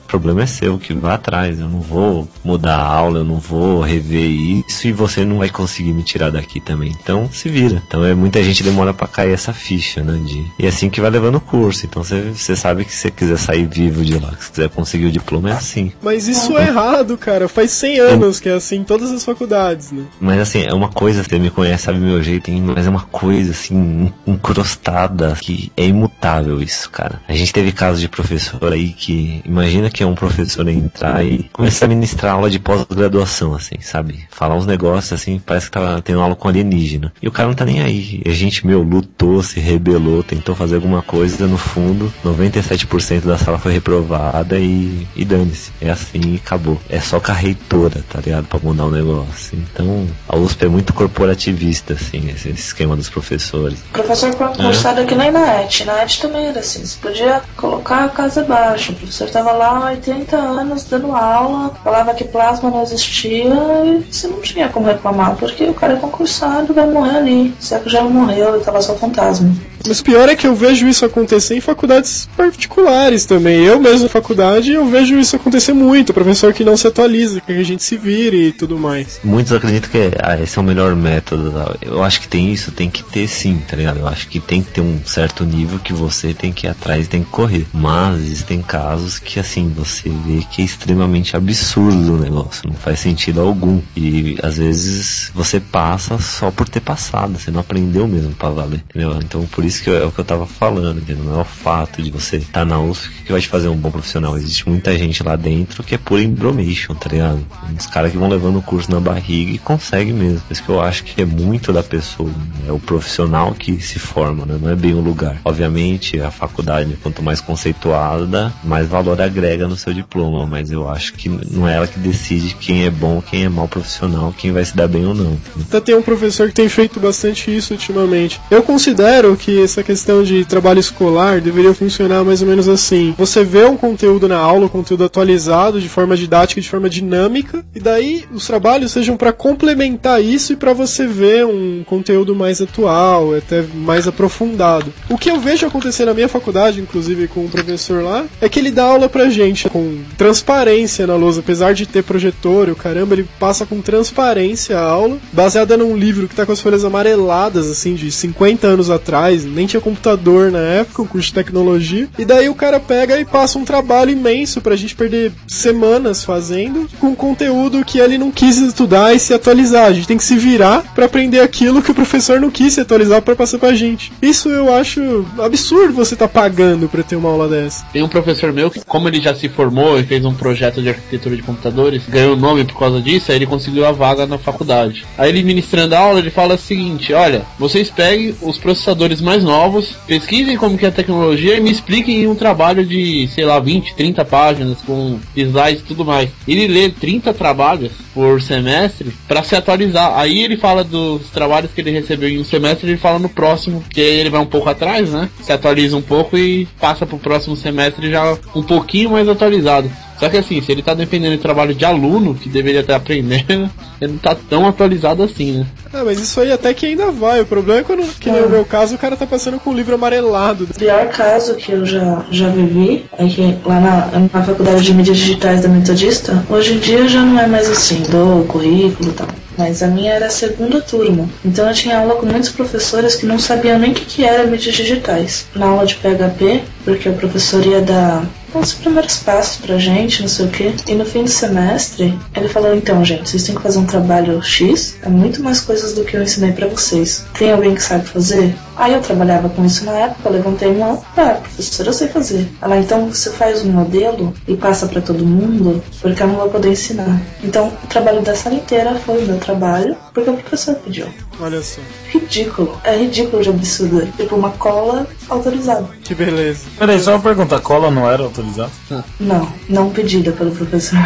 O problema é seu, que vai atrás. Eu não vou mudar a aula, eu não vou rever isso e você não vai conseguir me tirar daqui também. Então, se vira. Então, é, muita gente demora pra cair essa ficha, né? De, e é assim que vai levando o curso. Então, você sabe que se você quiser sair vivo de lá, se quiser conseguir o diploma, é assim. Mas isso é errado, cara. Faz cem anos que é assim em todas as faculdades, né? Mas, assim, é uma coisa, você me conhece, sabe meu jeito, hein? Mas é uma coisa, assim, encrustada, que é imutável isso, cara. A gente teve casos de professor aí que, imagina que é um professor entrar e começar a ministrar aula de pós-graduação, assim, sabe? Falar uns negócios, assim, parece que tá tendo aula com alienígena. E o cara não tá nem aí. E a gente, meu, lutou, se rebelou, tentou fazer alguma coisa, no fundo, noventa e sete por cento da sala foi reprovada e, e dane-se. É assim e acabou. É só com a reitora, tá ligado? Pra mudar o negócio. Então, a U S P é muito corporativista, assim, esse esquema dos professores. Professor concursado é que nem na E T. Na E T também era assim. Você podia colocar a casa abaixo. O professor tava lá há oitenta anos dando aula, falava que plasma não existia e você não tinha como reclamar, porque o cara é concursado, vai morrer ali. Será que já morreu e tava só fantasma? Mas o pior é que eu vejo isso acontecer em faculdades particulares também. Eu mesmo na faculdade, eu vejo isso acontecer muito. Professor que não se atualiza, que a gente se vire e tudo mais. Muitos acreditam que ah, esse é o melhor método. Eu acho que tem isso, tem que ter sim, tá ligado? Eu acho que tem que ter um certo nível que você tem que ir atrás, tem que correr. Mas existem casos que, assim, você vê que é extremamente absurdo o negócio. Não faz sentido algum. E, às vezes, você passa só por ter passado. Você não aprendeu mesmo pra valer, entendeu? Então, por isso que é o que eu tava falando, entendeu? Não é o fato de você estar tá na U S P que vai te fazer um bom profissional. Existe muita gente lá dentro que é pura embromation, tá ligado? Uns caras que vão levando o curso na barriga e conseguem mesmo. Por isso que eu acho que é muito da pessoa, né? É o profissional que se forma, né? Não é bem o lugar. Obviamente, a faculdade, quanto mais conceituada, mais valor agrega no seu diploma, mas eu acho que não é ela que decide quem é bom, quem é mau profissional, quem vai se dar bem ou não. Até tem um professor que tem feito bastante isso ultimamente. Eu considero que essa questão de trabalho escolar deveria funcionar mais ou menos assim. Você vê um conteúdo na aula, um conteúdo atualizado, de forma didática, de forma dinâmica, e daí os trabalhos sejam para complementar isso e para você ver um conteúdo mais atual, até mais aprofundado. O que eu vejo acontecer na minha faculdade, inclusive com um professor lá, é que ele dá aula pra gente com transparência na lousa, apesar de ter projetor, o caramba, ele passa com transparência a aula, baseada num livro que tá com as folhas amareladas, assim, de cinquenta anos atrás, nem tinha computador na época, um curso de tecnologia, e daí o cara pega e passa um trabalho imenso pra gente perder semanas fazendo, com conteúdo que ele não quis estudar e se atualizar. A gente tem que se virar pra aprender aquilo que o professor não quis se atualizar pra passar pra gente. Isso eu acho absurdo você tá pagando pra ter uma aula dessa. Tem um professor meu que, como ele já se formou e fez um projeto de arquitetura de computadores, ganhou o nome por causa disso, aí ele conseguiu a vaga na faculdade. Aí ele ministrando a aula, ele fala o seguinte: olha, vocês peguem os processadores mais novos, pesquisem como que é a tecnologia e me expliquem em um trabalho de, sei lá, vinte, trinta páginas, com slides e tudo mais. Ele lê trinta trabalhos por semestre pra se atualizar. Aí ele fala dos trabalhos que ele recebeu em um semestre, ele fala no próximo, que aí ele vai um pouco atrás, né? Se atualiza um pouco e passa pro próximo semestre já um pouquinho mais atualizado. Só que assim, se ele tá dependendo do trabalho de aluno, que deveria estar aprendendo, ele não tá tão atualizado assim, né? Ah, mas isso aí até que ainda vai. O problema é quando, que no meu caso, o cara tá passando com o livro amarelado. O pior caso que eu já, já vivi é que lá na, na faculdade de mídias digitais da Metodista, hoje em dia já não é mais assim, do currículo e tal. Mas a minha era a segunda turma. Então eu tinha aula com muitos professores que não sabiam nem o que, que era mídias digitais. Na aula de P H P, porque o professor ia dar os primeiros passos pra gente, não sei o que. E no fim do semestre, ele falou: então, gente, vocês têm que fazer um trabalho X, é muito mais coisas do que eu ensinei pra vocês. Tem alguém que sabe fazer? Aí eu trabalhava com isso na época, eu levantei mão. Ah, professora, eu sei fazer. Ela: então você faz um modelo e passa pra todo mundo, porque eu não vou poder ensinar. Então o trabalho da sala inteira foi o meu trabalho, porque o professor pediu. Olha só. Ridículo. É ridículo de absurdo. Tipo uma cola autorizada. Que beleza. Peraí, só uma pergunta, a cola não era autorizada? Não, não pedida pelo professor.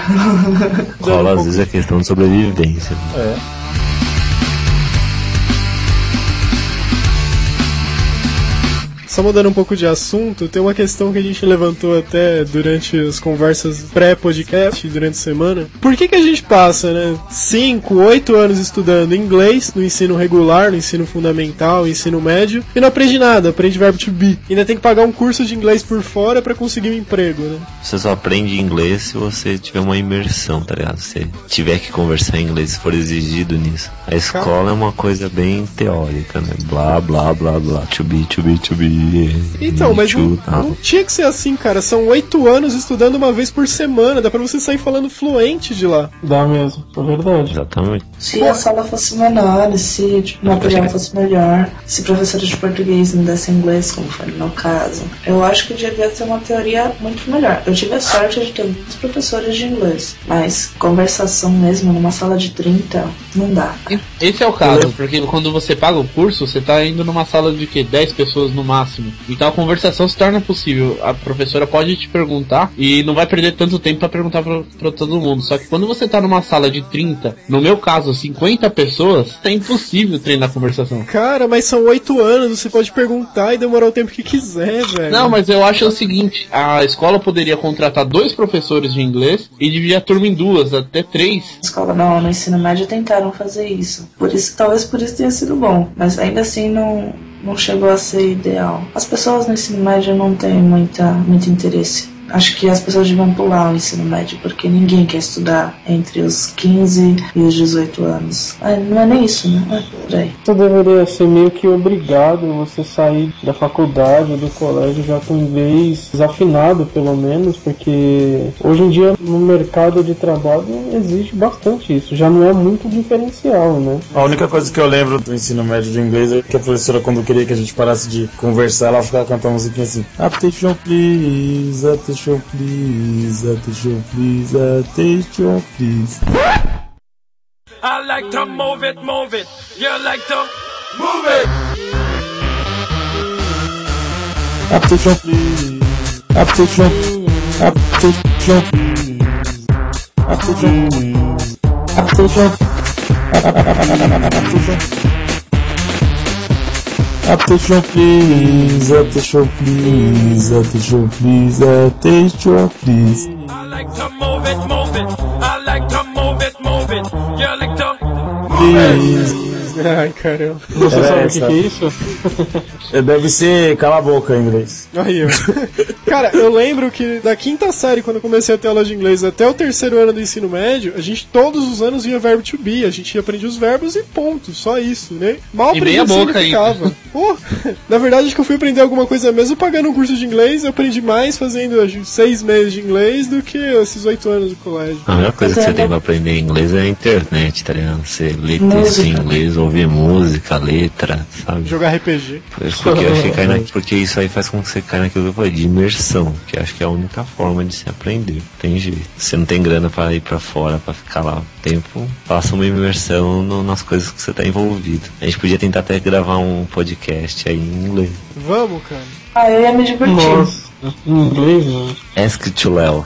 Cola às vezes é questão de sobrevivência. É. Só mudando um pouco de assunto, tem uma questão que a gente levantou até durante as conversas pré-podcast, durante a semana. Por que que a gente passa, né, cinco, oito anos estudando inglês no ensino regular, no ensino fundamental, no ensino médio, e não aprende nada, aprende verbo to be. Ainda tem que pagar um curso de inglês por fora pra conseguir um emprego, né? Você só aprende inglês se você tiver uma imersão, tá ligado? Se tiver que conversar em inglês, se for exigido nisso. A escola é uma coisa bem teórica, né? Blá, blá, blá, blá. To be, to be, to be. Então, mas não, não tinha que ser assim, cara. São oito anos estudando uma vez por semana. Dá pra você sair falando fluente de lá. Dá mesmo, é verdade. Exatamente. Se a sala fosse menor, se tipo, o material fosse melhor, se professores de português não dessem inglês, como foi no meu caso, eu acho que devia ter uma teoria muito melhor. Eu tive a sorte de ter muitos professores de inglês, mas conversação mesmo numa sala de trinta, não dá. Esse é o caso, porque quando você paga o curso, você tá indo numa sala de que dez pessoas no máximo. Então a conversação se torna possível. A professora pode te perguntar e não vai perder tanto tempo pra perguntar pra, pra todo mundo. Só que quando você tá numa sala de trinta, no meu caso, cinquenta pessoas, é impossível treinar a conversação. Cara, mas são oito anos, você pode perguntar e demorar o tempo que quiser, velho. Não, mas eu acho o seguinte, a escola poderia contratar dois professores de inglês e dividir a turma em duas, até três. A escola não, no ensino médio tentaram fazer isso. Por isso, talvez por isso tenha sido bom, mas ainda assim não, não chegou a ser ideal. As pessoas no ensino médio não têm muita, muito interesse. Acho que as pessoas deviam pular o ensino médio, porque ninguém quer estudar entre os quinze e os dezoito anos. Ah, não é nem isso, né? É por aí. Isso deveria ser meio que obrigado você sair da faculdade ou do colégio já com inglês desafinado, pelo menos, porque hoje em dia no mercado de trabalho exige bastante isso. Já não é muito diferencial, né? A única coisa que eu lembro do ensino médio de inglês é que a professora, quando queria que a gente parasse de conversar, ela ficava cantando musiquinha assim: Attention please, attention please, attention please, attention please. I like to move it, move it. You like to move it. Attention please, attention, attention please, attention, attention, attention. Attention please, attention please, attention please, attention please. I like to move it, move it. I like to move it, move it. You like to Please. Ai, caramba. Você É sabe o essa. que, que é isso? Deve ser cala a boca em inglês. Aí, ó. Cara, eu lembro que da quinta série, quando eu comecei a ter aula de inglês, até o terceiro ano do ensino médio, a gente todos os anos via verbo to be, a gente aprendia os verbos e ponto, só isso, né? Mal E aprendia meia o que boca significava. Pô, na verdade, acho que eu fui aprender alguma coisa mesmo pagando um curso de inglês, eu aprendi mais fazendo acho, seis meses de inglês do que esses oito anos de colégio. A melhor coisa que você tem pra aprender inglês é a internet, tá ligado? Você lê texto em inglês, ouvir música, letra, sabe? Jogar R P G. Porque, eu acho que cai na, porque isso aí faz com que você caia naquilo que eu falei, de imersão, que acho que é a única forma de se aprender. Tem jeito. Você não tem grana pra ir pra fora, pra ficar lá o tempo, faça uma imersão no, nas coisas que você tá envolvido. A gente podia tentar até gravar um podcast aí em inglês. Vamos, cara. Ah, eu ia me divertir. Nossa, em inglês, né? Ask to Léo.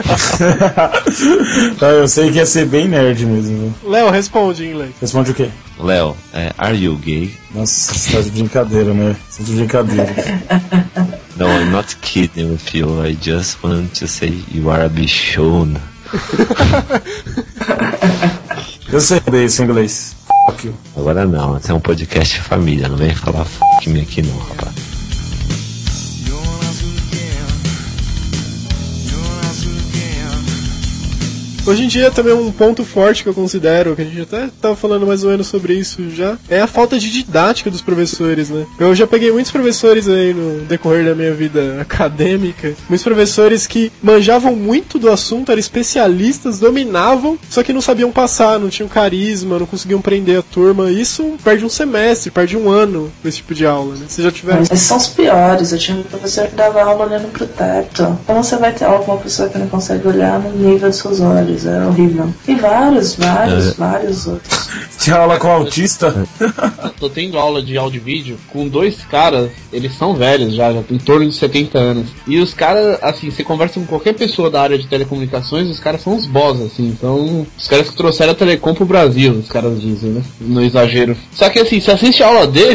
Tá, eu sei que ia ser bem nerd mesmo. Né? Léo, responde em inglês. Responde o quê? Léo, é, are you gay? Nossa, você tá de brincadeira, né? Você tá de brincadeira. No, I'm not kidding with you. I just want to say you are a bichona. Eu sei isso em inglês. Fuck you. Agora não, esse é um podcast de família, não vem falar f*** me aqui não, rapaz. Hoje em dia também um ponto forte que eu considero, que a gente até tava falando mais ou menos sobre isso já, é a falta de didática dos professores, né? Eu já peguei muitos professores aí no decorrer da minha vida acadêmica, muitos professores que manjavam muito do assunto, eram especialistas, dominavam, só que não sabiam passar, não tinham carisma, não conseguiam prender a turma. Isso perde um semestre, perde um ano com esse tipo de aula, né? Vocês já tiveram? Esses são os piores. Eu tinha um professor que dava aula olhando pro teto. Como você vai ter aula com uma pessoa que não consegue olhar no nível dos seus olhos? É horrível. E vários, vários, é. vários outros. Tinha aula com autista? Tô tendo aula de áudio e vídeo com dois caras, eles são velhos já, já tem em torno de setenta anos. E os caras, assim, você conversa com qualquer pessoa da área de telecomunicações, os caras são uns boss, assim. Então, os caras que trouxeram a Telecom pro Brasil, os caras dizem, né? No exagero. Só que, assim, você assiste a aula deles,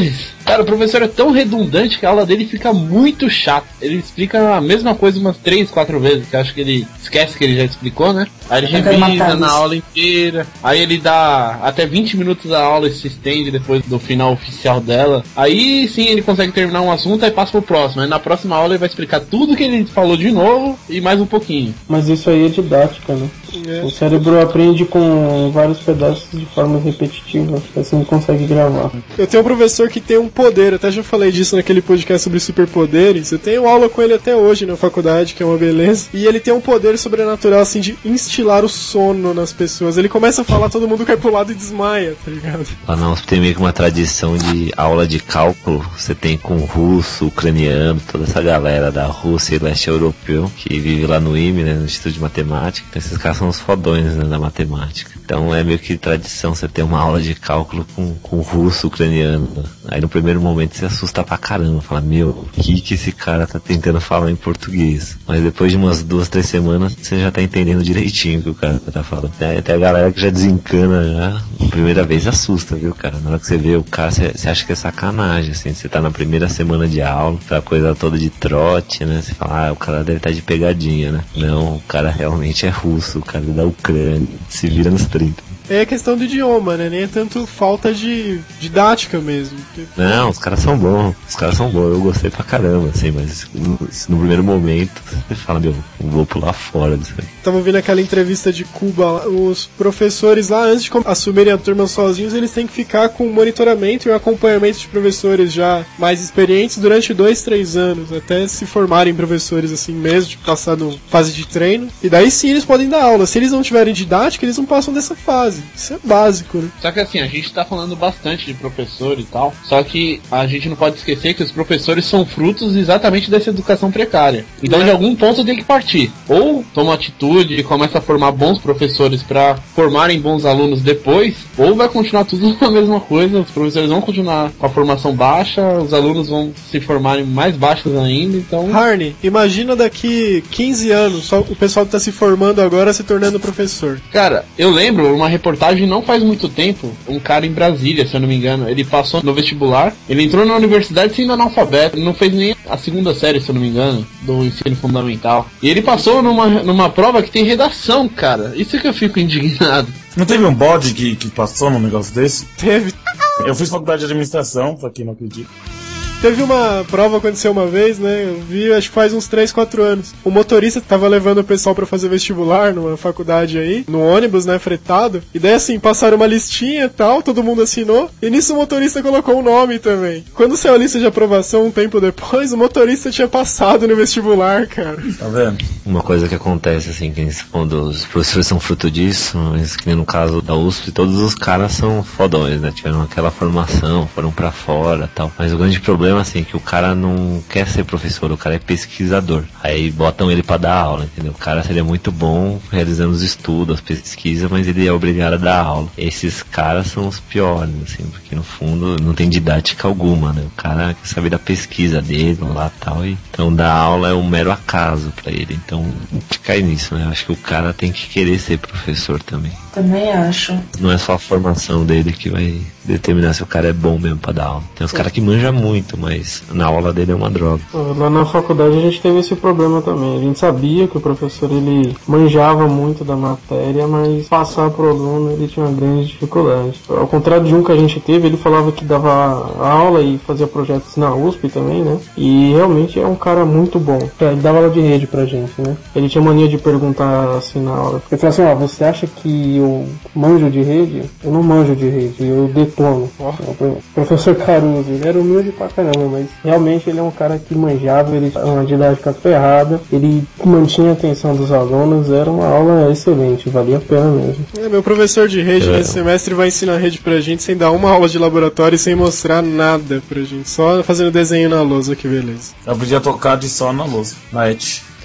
Cara, o professor é tão redundante que a aula dele fica muito chata. Ele explica a mesma coisa umas três, quatro vezes, que eu acho que ele esquece que ele já explicou, né? Aí ele revisa na aula inteira, aí ele dá até vinte minutos da aula e se estende depois do final oficial dela. Aí sim ele consegue terminar um assunto e passa pro próximo. Aí na próxima aula ele vai explicar tudo que ele falou de novo e mais um pouquinho. Mas isso aí é didática, né? É. O cérebro aprende com vários pedaços de forma repetitiva, assim consegue gravar. Eu tenho um professor que tem um poder, até já falei disso naquele podcast sobre superpoderes. Eu tenho aula com ele até hoje na faculdade, que é uma beleza. E ele tem um poder sobrenatural, assim, de instilar o sono nas pessoas. Ele começa a falar, todo mundo cai pro lado e desmaia, tá ligado? Lá não, tem meio que uma tradição de aula de cálculo. Você tem com russo, ucraniano, toda essa galera da Rússia e leste europeu que vive lá no I M E, né, no Instituto de Matemática. Então esses caras são os fodões, né, da matemática. Então é meio que tradição você ter uma aula de cálculo com, com russo, ucraniano. Aí no primeiro momento você assusta pra caramba, fala, meu, o que que esse cara tá tentando falar em português? Mas depois de umas duas, três semanas você já tá entendendo direitinho o que o cara tá falando. Tem até a galera que já desencana já, na primeira vez assusta, viu, cara? Na hora que você vê o cara, você, você acha que é sacanagem, assim, você tá na primeira semana de aula, aquela coisa toda de trote, né? Você fala, ah, o cara deve estar de pegadinha, né? Não, o cara realmente é russo, o cara é da Ucrânia, se vira nos trinta. É questão do idioma, né? Nem é tanto falta de didática mesmo. Não, os caras são bons, os caras são bons, eu gostei pra caramba, assim, mas no, no primeiro momento você fala, meu, vou pular fora disso aí. Tava ouvindo aquela entrevista de Cuba, os professores lá, antes de assumirem a turma sozinhos, eles têm que ficar com monitoramento e acompanhamento de professores já mais experientes durante dois, três anos, até se formarem professores assim mesmo, tipo, passando fase de treino, e daí sim eles podem dar aula. Se eles não tiverem didática, eles não passam dessa fase. Isso é básico, né? Só que assim, a gente tá falando bastante de professor e tal, só que a gente não pode esquecer que os professores são frutos exatamente dessa educação precária. Então, é. de algum ponto tem que partir. Ou toma atitude e começa a formar bons professores pra formarem bons alunos depois, ou vai continuar tudo a mesma coisa, os professores vão continuar com a formação baixa, os alunos vão se formarem mais baixos ainda, então... Harney, imagina daqui quinze anos, só o pessoal que tá se formando agora se tornando professor. Cara, eu lembro uma reportagem não faz muito tempo, um cara em Brasília, se eu não me engano, ele passou no vestibular, ele entrou na universidade sendo analfabeto, ele não fez nem a segunda série, se eu não me engano, do ensino fundamental. E ele passou numa, numa prova que tem redação, cara. Isso que eu fico indignado. Não teve um bode que, que passou num negócio desse? Teve. Eu fiz faculdade de administração, pra quem não acredita. Teve uma prova, aconteceu uma vez, né? Eu vi, acho que faz uns três, quatro anos. O motorista tava levando o pessoal pra fazer vestibular numa faculdade aí, no ônibus, né, fretado. E daí, assim, passaram uma listinha e tal, todo mundo assinou. E nisso o motorista colocou o nome também. Quando saiu a lista de aprovação, um tempo depois, o motorista tinha passado no vestibular, cara. Tá vendo? Uma coisa que acontece, assim, que quando os professores são fruto disso, mas que nem no caso da U S P, todos os caras são fodões, né? Tiveram aquela formação, foram pra fora e tal. Mas o grande problema, assim, é que o cara não quer ser professor, o cara é pesquisador. Aí botam ele pra dar aula, entendeu? O cara seria muito bom realizando os estudos, as pesquisas, mas ele é obrigado a dar aula. Esses caras são os piores, assim, porque no fundo não tem didática alguma, né? O cara quer saber da pesquisa dele lá e tal, e então dar aula é um mero acaso pra ele. Então, cai nisso, né? Eu acho que o cara tem que querer ser professor também. Também acho. Não é só a formação dele que vai determinar se o cara é bom mesmo pra dar aula. Tem uns caras que manjam muito, mas na aula dele é uma droga. Lá na faculdade a gente teve esse problema também. A gente sabia que o professor, ele manjava muito da matéria, mas passar pro aluno ele tinha uma grande dificuldade. Ao contrário de um que a gente teve, ele falava que dava aula e fazia projetos na U S P também, né? E realmente é um cara muito bom. Ele dava aula de rede pra gente, né? Ele tinha mania de perguntar assim na aula. Ele falava assim, ó, oh, você acha que eu manjo de rede? Eu não manjo de rede, eu detono. Oh. O professor Caruso, ele era humilde pra caramba, mas realmente ele é um cara que manjava, ele tinha uma didática ferrada, ele mantinha a atenção dos alunos, era uma aula excelente, valia a pena mesmo. É, meu professor de rede é. nesse semestre vai ensinar rede pra gente sem dar uma aula de laboratório e sem mostrar nada pra gente, só fazendo desenho na lousa, que beleza. Eu podia tocar de só na lousa, na et.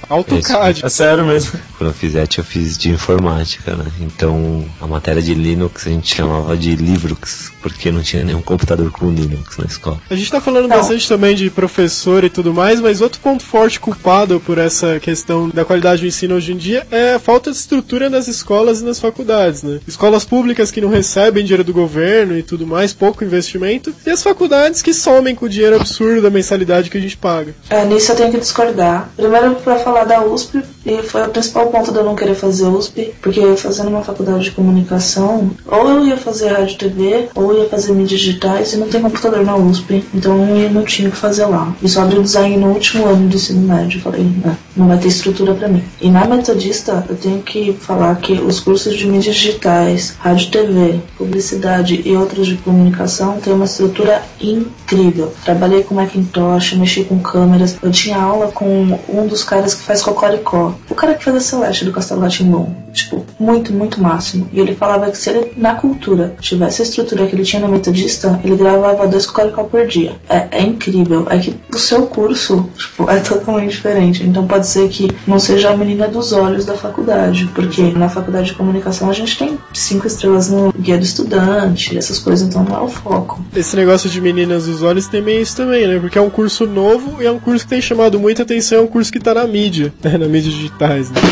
AutoCAD. É sério mesmo. Quando eu fiz E T, eu fiz de informática, né? Então, a matéria de Linux a gente chamava de Livrux, porque não tinha nenhum computador com Linux na escola. A gente tá falando não. bastante também de professor e tudo mais, mas outro ponto forte culpado por essa questão da qualidade do ensino hoje em dia é a falta de estrutura nas escolas e nas faculdades, né? Escolas públicas que não recebem dinheiro do governo e tudo mais, pouco investimento, e as faculdades que somem com o dinheiro absurdo da mensalidade que a gente paga. É, nisso eu tenho que discordar. Primeiro, pra falar da U S P, e foi o principal ponto de eu não querer fazer U S P, porque fazendo uma faculdade de comunicação, ou eu ia fazer rádio e T V, ou eu ia fazer mídias digitais, e não tem computador na U S P, então eu não tinha o que fazer lá. E só abri design no último ano do ensino médio, eu falei, não, não vai ter estrutura pra mim. E na Metodista, eu tenho que falar que os cursos de mídias digitais, rádio e T V, publicidade e outros de comunicação têm uma estrutura incrível. Trabalhei com Macintosh, mexi com câmeras, eu tinha aula com um dos caras que faz Cocoricó, o cara que faz a Celeste do Castelo Rá-Tim-Bum, tipo, muito, muito máximo. E ele falava que se ele, na cultura, tivesse a estrutura que ele tinha na Metodista, ele gravava dois Cocoricó por dia. É, é incrível. É que o seu curso, tipo, é totalmente diferente. Então pode ser que não seja a menina dos olhos da faculdade, porque na faculdade de comunicação a gente tem cinco estrelas no guia do estudante, essas coisas, então não é o foco. Esse negócio de meninas dos olhos tem meio isso também, né? Porque é um curso novo e é um curso que tem chamado muita atenção, é um curso que tá na mídia, né? Na mídia digitais, né?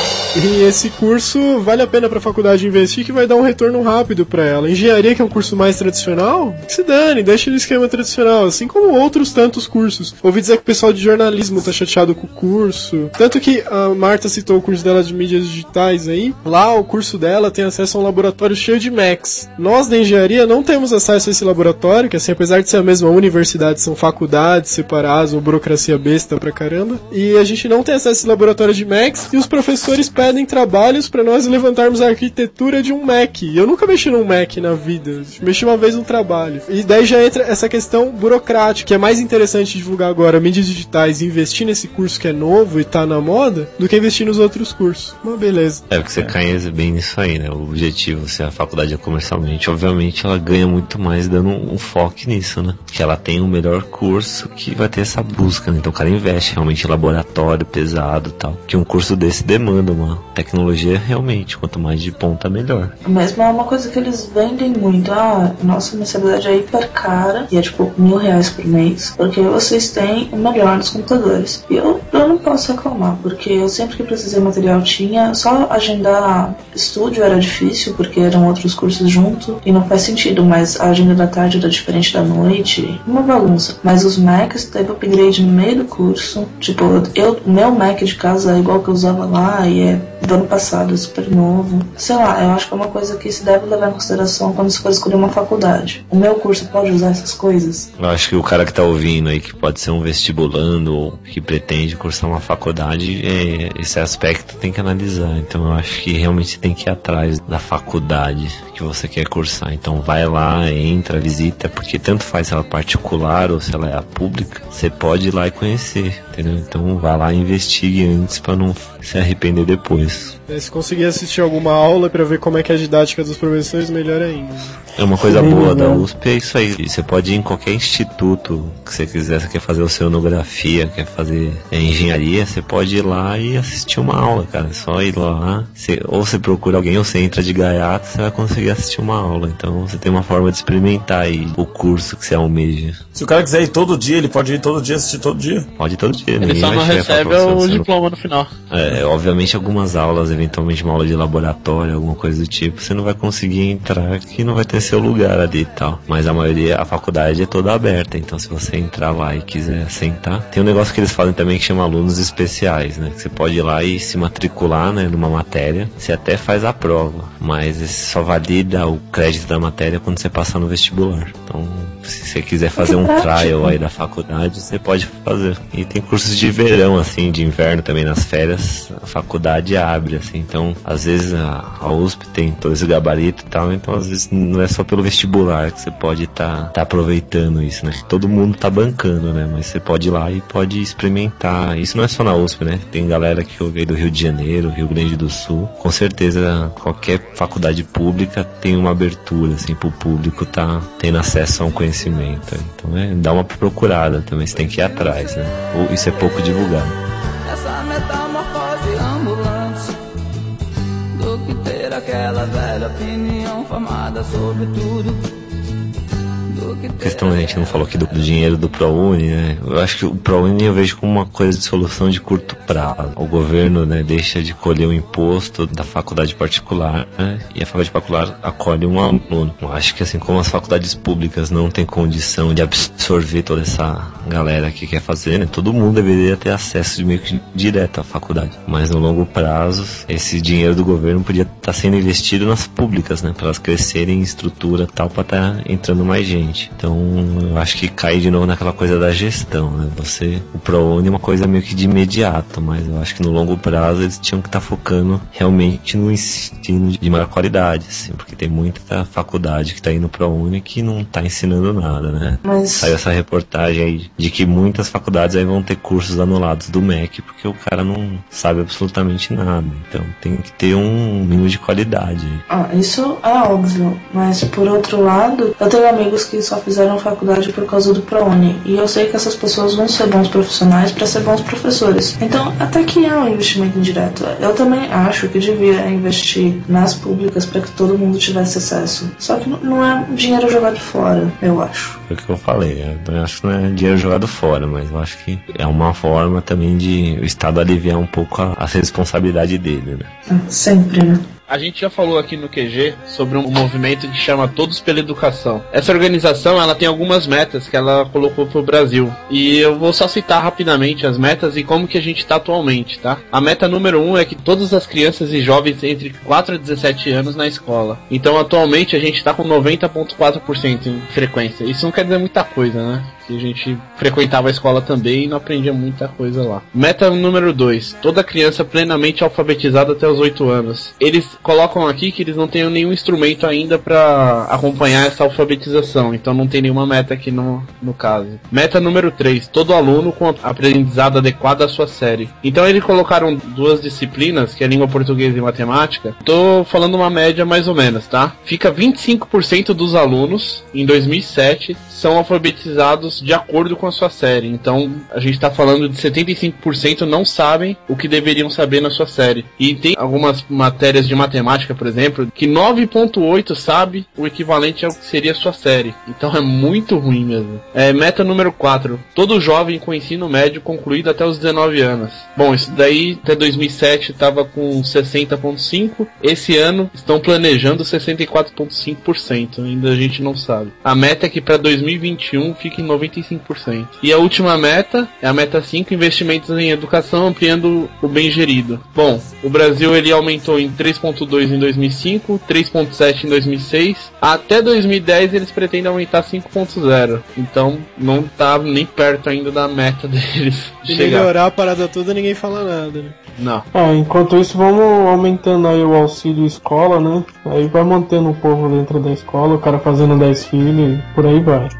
E esse curso vale a pena pra faculdade investir, que vai dar um retorno rápido pra ela. Engenharia, que é um curso mais tradicional, se dane, deixa no esquema tradicional, assim como outros tantos cursos. Ouvi dizer que o pessoal de jornalismo tá chateado com o curso. Tanto que a Marta citou o curso dela de mídias digitais aí. Lá, o curso dela tem acesso a um laboratório cheio de Macs. Nós, da engenharia, não temos acesso a esse laboratório, que assim, apesar de ser a mesma universidade, são faculdades separadas, uma burocracia besta pra caramba. E a gente não tem acesso a esse laboratório de Macs, e os professores pedem trabalhos para nós levantarmos a arquitetura de um Mac. Eu nunca mexi num Mac na vida, mexi uma vez no trabalho. E daí já entra essa questão burocrática, que é mais interessante divulgar agora mídias digitais e investir nesse curso que é novo e tá na moda, do que investir nos outros cursos. Mas beleza. É, porque você cai bem nisso aí, né? O objetivo, se a faculdade é comercialmente, obviamente ela ganha muito mais dando um, um foco nisso, né? Que ela tem o melhor curso que vai ter essa busca, né? Então o cara investe realmente em laboratório pesado e tal. Que um curso desse demanda uma tecnologia realmente, quanto mais de ponta, melhor. Mesmo é uma coisa que eles vendem muito. Ah, nossa mensalidade é hiper cara, e é tipo mil reais por mês, porque vocês têm o melhor dos computadores. E eu, eu não posso reclamar, porque eu sempre que precisei material tinha, só agendar estúdio era difícil, porque eram outros cursos junto, e não faz sentido, mas a agenda da tarde era diferente da noite, uma bagunça. Mas os Macs teve upgrade no meio do curso, tipo, eu, meu Mac de casa é igual que eu usava lá, e é do ano passado, super novo. Sei lá, eu acho que é uma coisa que se deve levar em consideração quando se for escolher uma faculdade. O meu curso pode usar essas coisas? Eu acho que o cara que tá ouvindo aí, que pode ser um vestibulando ou que pretende cursar uma faculdade, é, esse aspecto tem que analisar. Então eu acho que realmente tem que ir atrás da faculdade que você quer cursar. Então vai lá, entra, visita, porque tanto faz se ela é particular ou se ela é a pública, você pode ir lá e conhecer, entendeu? Então vai lá e investigue antes pra não se arrepender depois. Se conseguir assistir alguma aula pra ver como é que é a didática dos professores, melhor ainda. É uma coisa boa da U S P, é isso aí. Você pode ir em qualquer instituto que você quiser. Você quer fazer oceanografia, quer fazer é, engenharia, você pode ir lá e assistir uma aula, cara. É só ir lá, você, ou você procura alguém, ou você entra de gaiato, você vai conseguir assistir uma aula. Então você tem uma forma de experimentar aí o curso que você almeja. Se o cara quiser ir todo dia, ele pode ir todo dia, assistir todo dia? Pode ir todo dia. Ele só não recebe o diploma no final. É, obviamente algumas aulas, eventualmente uma aula de laboratório, alguma coisa do tipo, você não vai conseguir entrar, que não vai ter seu lugar ali e tal. Mas a maioria, a faculdade é toda aberta, então se você entrar lá e quiser sentar, tem um negócio que eles fazem também que chama alunos especiais, né? Que você pode ir lá e se matricular, né, numa matéria, você até faz a prova, mas só valida o crédito da matéria quando você passar no vestibular. Então, se você quiser fazer um trial aí da faculdade, você pode fazer. E tem cursos de verão, assim, de inverno também, nas férias, a faculdade abre, assim. Então, às vezes a, a U S P tem todo esse gabarito e tal, então às vezes não é só pelo vestibular que você pode estar tá, tá aproveitando isso, né? Todo mundo tá bancando, né? Mas você pode ir lá e pode experimentar. Isso não é só na U S P, né? Tem galera que veio do Rio de Janeiro, Rio Grande do Sul. Com certeza, qualquer faculdade pública tem uma abertura, assim, pro público tá tendo acesso a um conhecimento. Então, é, dá uma procurada também, você tem que ir atrás, né? Ou isso é pouco divulgado. Essa metal aquela velha opinião formada sobre tudo. A questão, a gente não falou aqui do, do dinheiro do ProUni, né? Eu acho que o ProUni eu vejo como uma coisa de solução de curto prazo. O governo, né, deixa de colher o imposto da faculdade particular, né, e a faculdade particular acolhe um aluno. Eu acho que assim como as faculdades públicas não têm condição de absorver toda essa galera que quer fazer, né, todo mundo deveria ter acesso de meio que direto à faculdade. Mas no longo prazo, esse dinheiro do governo podia estar sendo investido nas públicas, né, para elas crescerem em estrutura tal, para estar entrando mais gente. Então, eu acho que cai de novo naquela coisa da gestão, né? Você, o ProUni é uma coisa meio que de imediato, mas eu acho que no longo prazo eles tinham que estar focando realmente no ensino de maior qualidade, assim, porque tem muita faculdade que está indo ProUni que não está ensinando nada, né? Mas... Saiu essa reportagem aí de que muitas faculdades aí vão ter cursos anulados do M E C porque o cara não sabe absolutamente nada. Então, tem que ter um mínimo de qualidade. Ah, isso é óbvio, mas por outro lado, eu tenho amigos que só fizeram faculdade por causa do ProUni, e eu sei que essas pessoas vão ser bons profissionais para ser bons professores. Então, até que é um investimento indireto. Eu também acho que devia investir nas públicas para que todo mundo tivesse acesso. Só que não é dinheiro jogado fora, eu acho. É o que eu falei, eu acho que não é dinheiro jogado fora, mas eu acho que é uma forma também de o Estado aliviar um pouco a, a responsabilidade dele, né? Sempre, né? A gente já falou aqui no Q G sobre um movimento que chama Todos pela Educação. Essa organização, ela tem algumas metas que ela colocou pro Brasil. E eu vou só citar rapidamente as metas e como que a gente tá atualmente, tá? A meta número um é que todas as crianças e jovens entre quatro a dezessete anos na escola. Então, atualmente, a gente tá com noventa vírgula quatro por cento em frequência. Isso não quer dizer muita coisa, né? A gente frequentava a escola também e não aprendia muita coisa lá. Meta número dois. Toda criança plenamente alfabetizada até os oito anos. Eles colocam aqui que eles não têm nenhum instrumento ainda para acompanhar essa alfabetização. Então não tem nenhuma meta aqui no, no caso. Meta número três. Todo aluno com aprendizado adequado à sua série. Então eles colocaram duas disciplinas, que é língua portuguesa e matemática. Tô falando uma média mais ou menos, tá? Fica vinte e cinco por cento dos alunos em dois mil e sete são alfabetizados de acordo com a sua série. Então, a gente está falando de setenta e cinco por cento não sabem o que deveriam saber na sua série. E tem algumas matérias de matemática, por exemplo, que nove vírgula oito sabe o equivalente ao que seria a sua série. Então, é muito ruim mesmo. É, meta número quatro. Todo jovem com ensino médio concluído até os dezenove anos. Bom, isso daí até dois mil e sete estava com sessenta vírgula cinco por cento. Esse ano estão planejando sessenta e quatro vírgula cinco por cento. Ainda a gente não sabe. A meta é que para dois mil e vinte e um fique em noventa e cinco por cento. E a última meta é a meta cinco, investimentos em educação ampliando o bem gerido. Bom, o Brasil ele aumentou em três vírgula dois em dois mil e cinco, três vírgula sete em dois mil e seis. Até dois mil e dez eles pretendem aumentar cinco vírgula zero. Então não tá nem perto ainda da meta deles de e chegar. melhorar a parada toda, ninguém fala nada, né? Não. É, enquanto isso vamos aumentando aí o auxílio escola, né? Aí vai mantendo o povo dentro da escola, o cara fazendo dez filhos e por aí vai.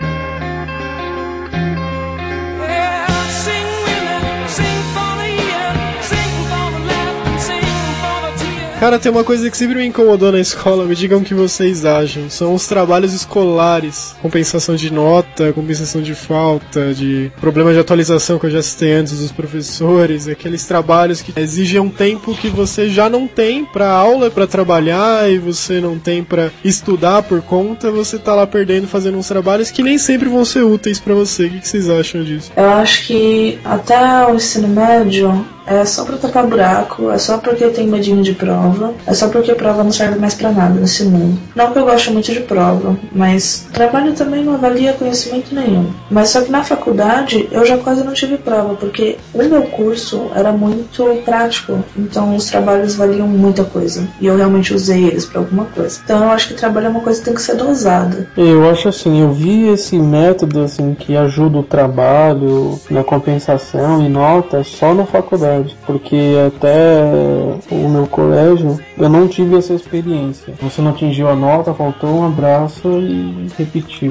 Cara, tem uma coisa que sempre me incomodou na escola, me digam o que vocês acham. São os trabalhos escolares. Compensação de nota, compensação de falta, de problema de atualização que eu já citei antes dos professores. Aqueles trabalhos que exigem um tempo que você já não tem pra aula, pra trabalhar, e você não tem pra estudar por conta. Você tá lá perdendo, fazendo uns trabalhos que nem sempre vão ser úteis pra você. O que vocês acham disso? Eu acho que até o ensino médio é só pra tapar buraco, é só porque tem medinho de prova, é só porque prova não serve mais pra nada nesse mundo. Não que eu gosto muito de prova, mas trabalho também não avalia conhecimento nenhum. Mas só que na faculdade eu já quase não tive prova, porque o meu curso era muito prático, então os trabalhos valiam muita coisa, e eu realmente usei eles pra alguma coisa. Então eu acho que trabalho é uma coisa que tem que ser dosada. Eu acho assim, eu vi esse método assim que ajuda o trabalho na compensação e nota só na faculdade. Porque até o meu colégio eu não tive essa experiência. Você não atingiu a nota, faltou um abraço e repetiu.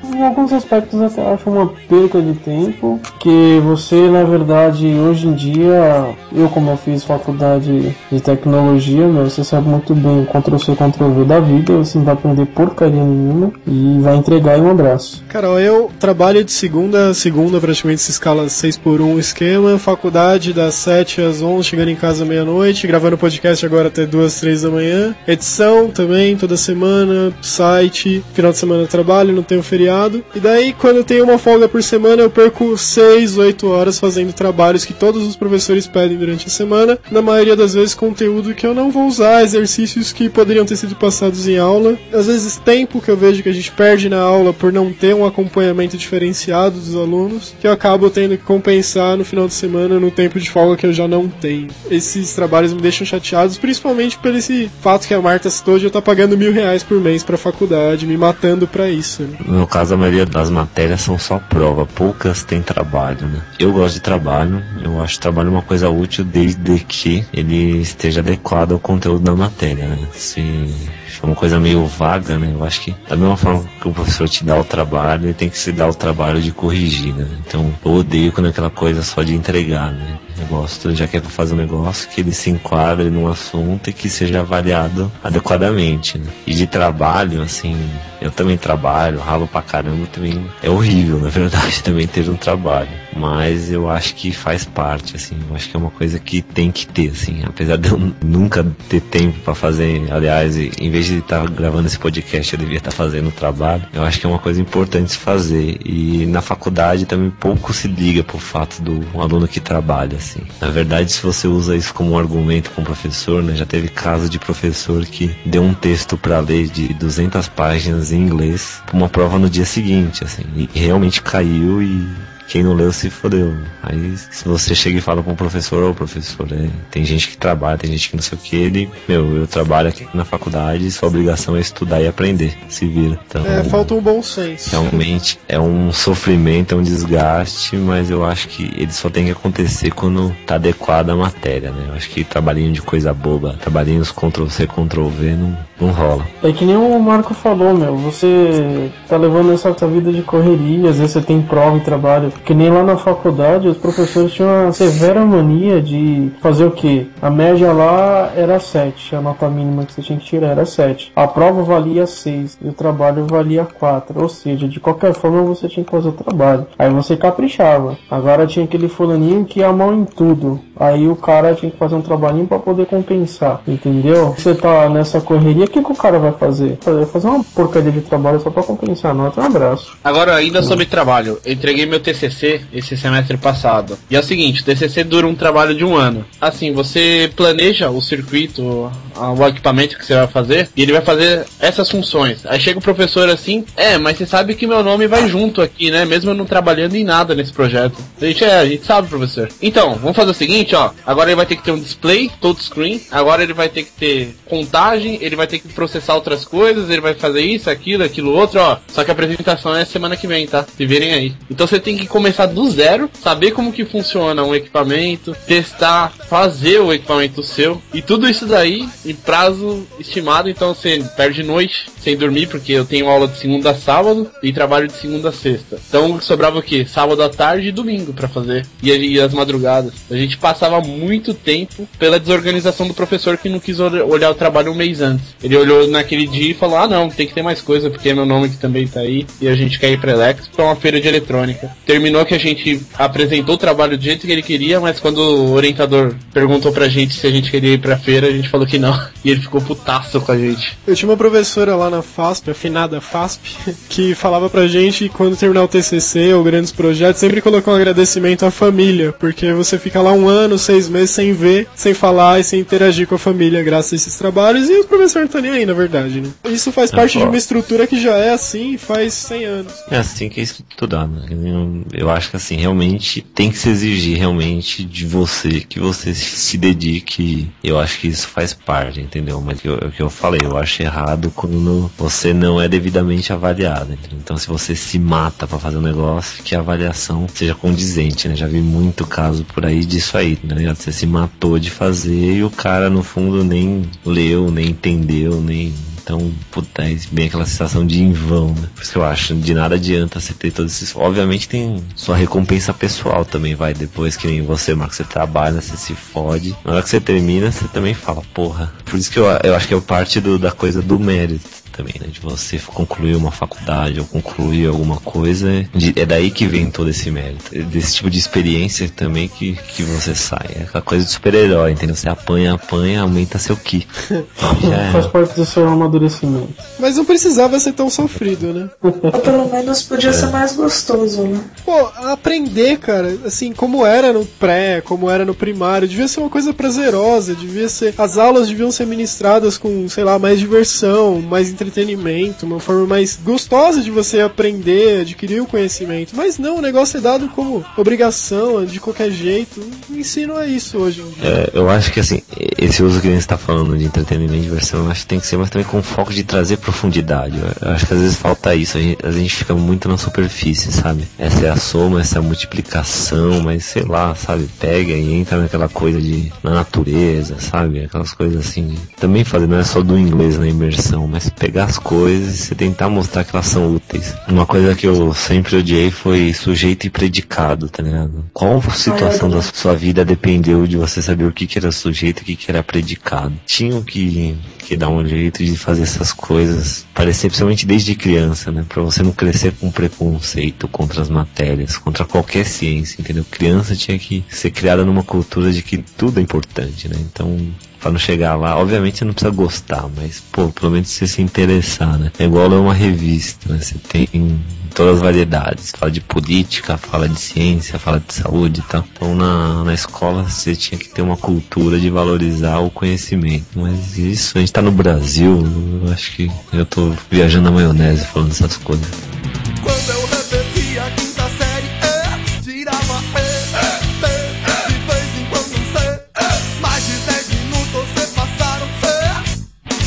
Em alguns aspectos até acho uma perca de tempo, que você, na verdade, hoje em dia, eu como eu fiz faculdade de tecnologia, meu, você sabe muito bem o Ctrl-C, Ctrl-V da vida, você não vai aprender porcaria nenhuma e vai entregar em um abraço. Cara, eu trabalho de segunda a segunda, praticamente se escala seis por um esquema, faculdade das sete às onze, chegando em casa meia-noite, gravando podcast agora até duas, três da manhã, edição também, toda semana, site, final de semana eu trabalho, não tenho feriado, e daí quando eu tenho uma folga por semana eu perco seis, oito horas fazendo trabalhos que todos os professores pedem durante a semana, na maioria das vezes conteúdo que eu não vou usar, exercícios que poderiam ter sido passados em aula, às vezes tempo que eu vejo que a gente perde na aula por não ter um acompanhamento diferenciado dos alunos, que eu acabo tendo que compensar no final de semana no tempo de folga que eu já não tenho. Esses trabalhos me deixam chateados, principalmente por esse fato que a Marta citou de eu estar pagando mil reais por mês pra faculdade, me matando pra isso, né? No meu caso, a maioria das matérias são só prova, poucas têm trabalho, né? Eu gosto de trabalho, eu acho trabalho uma coisa útil desde que ele esteja adequado ao conteúdo da matéria, né? Se for uma coisa meio vaga, né? Eu acho que da mesma forma que o professor te dá o trabalho, ele tem que se dar o trabalho de corrigir, né? Então, eu odeio quando é aquela coisa só de entregar, né? Eu gosto, já que é pra fazer um negócio, que ele se enquadre num assunto e que seja avaliado adequadamente, né? E de trabalho, assim, eu também trabalho, ralo pra caramba, também é horrível, na verdade, também ter um trabalho. Mas eu acho que faz parte, assim, eu acho que é uma coisa que tem que ter, assim, apesar de eu nunca ter tempo pra fazer, aliás, em vez de estar gravando esse podcast, eu devia estar fazendo o trabalho, eu acho que é uma coisa importante se fazer. E na faculdade também pouco se liga pro fato do aluno que trabalha, assim. Na verdade, se você usa isso como um argumento com o professor, né, já teve caso de professor que deu um texto para ler de duzentas páginas em inglês para uma prova no dia seguinte, assim, e realmente caiu e quem não leu se fodeu. Aí se você chega e fala com o professor, ô professor, é, tem gente que trabalha, tem gente que não sei o que, ele, meu, eu trabalho aqui na faculdade, sua obrigação é estudar e aprender, se vira. Então, é, falta um bom senso. Realmente é um sofrimento, é um desgaste, mas eu acho que ele só tem que acontecer quando tá adequada a matéria, né? Eu acho que trabalhinho de coisa boba, trabalhinhos Ctrl-C, Ctrl-V não, não rola. É que nem o Marco falou, meu, você tá levando essa vida de correria, às vezes você tem prova e trabalho. Que nem lá na faculdade, os professores tinham uma severa mania de fazer o quê? A média lá era sete, a nota mínima que você tinha que tirar era sete. A prova valia seis e o trabalho valia quatro. Ou seja, de qualquer forma você tinha que fazer o trabalho. Aí você caprichava. Agora tinha aquele fulaninho que ia mal em tudo. Aí o cara tinha que fazer um trabalhinho pra poder compensar, entendeu? Você tá nessa correria, o que, que o cara vai fazer? Vai fazer uma porcaria de trabalho só pra compensar a nota. Um abraço. Agora, ainda sobre trabalho, eu entreguei meu T C C esse semestre passado. E é o seguinte, o T C C dura um trabalho de um ano. Assim, você planeja o circuito, o equipamento que você vai fazer, e ele vai fazer essas funções. Aí chega o professor assim, é, mas você sabe que meu nome vai junto aqui, né? Mesmo eu não trabalhando em nada nesse projeto. A gente, é, a gente sabe, professor. Então, vamos fazer o seguinte, ó. Agora ele vai ter que ter um display, touchscreen. Agora ele vai ter que ter contagem, ele vai ter que processar outras coisas, ele vai fazer isso, aquilo, aquilo outro, ó. Só que a apresentação é semana que vem, tá? Se virem aí. Então você tem que começar do zero, saber como que funciona um equipamento, testar, fazer o equipamento seu, e tudo isso daí em prazo estimado. Então você perde noite sem dormir, porque eu tenho aula de segunda a sábado e trabalho de segunda a sexta. Então sobrava o quê? Sábado à tarde e domingo pra fazer, e, e as madrugadas. A gente passava muito tempo pela desorganização do professor, que não quis olhar o trabalho um mês antes. Ele olhou naquele dia e falou, ah não, tem que ter mais coisa, porque meu nome que também tá aí, e a gente quer ir pra Elex, pra uma feira de eletrônica. Terminou que a gente apresentou o trabalho do jeito que ele queria, mas quando o orientador perguntou pra gente se a gente queria ir pra feira, a gente falou que não, e ele ficou putaço com a gente. Eu tinha uma professora lá na FASP, a finada FASP, que falava pra gente, quando terminar o T C C ou grandes projetos, sempre colocar um agradecimento à família, porque você fica lá um ano, seis meses sem ver, sem falar e sem interagir com a família graças a esses trabalhos, e os professores não estão nem aí, na verdade, né? Isso faz é parte de uma estrutura que já é assim faz cem anos. É assim que é estudado, né? Eu, eu acho que assim, realmente tem que se exigir realmente de você, que você se dedique. Eu acho que isso faz parte, entendeu? Mas é o que eu falei, eu acho errado quando você não é devidamente avaliado, entendeu? Então se você se mata pra fazer um negócio, que a avaliação seja condizente, né? Já vi muito caso por aí disso aí, né? Você se matou de fazer e o cara no fundo nem leu, nem entendeu, nem Então, puta, é bem aquela sensação de em vão, né? Por isso que eu acho, de nada adianta você ter todos esses... Obviamente tem sua recompensa pessoal também, vai. Depois que nem você, Marcos, você trabalha, você se fode. Na hora que você termina, você também fala, porra. Por isso que eu, eu acho que é parte do, da coisa do mérito também, né? De você concluir uma faculdade ou concluir alguma coisa, de, é daí que vem todo esse mérito. É desse tipo de experiência também que, que você sai. É aquela coisa de super-herói, entendeu? Você apanha, apanha, aumenta seu ki. É. Faz parte do seu amadurecimento. Mas não precisava ser tão sofrido, né? Ou pelo menos podia é. ser mais gostoso, né? Pô, aprender, cara, assim, como era no pré, como era no primário, devia ser uma coisa prazerosa, devia ser... As aulas deviam ser ministradas com, sei lá, mais diversão, mais entretenimento, uma forma mais gostosa de você aprender, adquirir o conhecimento. Mas não, o negócio é dado como obrigação, de qualquer jeito. O ensino é isso hoje em dia. É, eu acho que, assim, esse uso que a gente está falando de entretenimento e diversão, eu acho que tem que ser, mas também com foco de trazer profundidade. Eu acho que às vezes falta isso, a gente, a gente fica muito na superfície, sabe? Essa é a soma, essa é a multiplicação, mas sei lá, sabe? Pega e entra naquela coisa de na natureza, sabe? Aquelas coisas assim. De, também fazer, não é só do inglês na imersão, mas pegar as coisas e você tentar mostrar que elas são úteis. Uma coisa que eu sempre odiei foi sujeito e predicado, tá ligado? Qual situação da sua vida dependeu de você saber o que, que era sujeito e o que, que era predicado? Tinham que, que dar um jeito de fazer essas coisas parecer, principalmente desde criança, né? Pra você não crescer com preconceito contra as matérias, contra qualquer ciência, entendeu? Criança tinha que ser criada numa cultura de que tudo é importante, né? Então, pra não chegar lá, obviamente você não precisa gostar, mas, pô, pelo menos você se interessar, né? É igual ler uma revista, né? Você tem todas as variedades, fala de política, fala de ciência, fala de saúde e tal. Então na, na escola você tinha que ter uma cultura de valorizar o conhecimento. Mas isso, a gente tá no Brasil, eu acho que eu tô viajando na maionese falando essas coisas. Quando eu repeti a quinta série, é, tirava E, é, P, é, de vez em quando um C, é, mais de dez minutos se passaram C,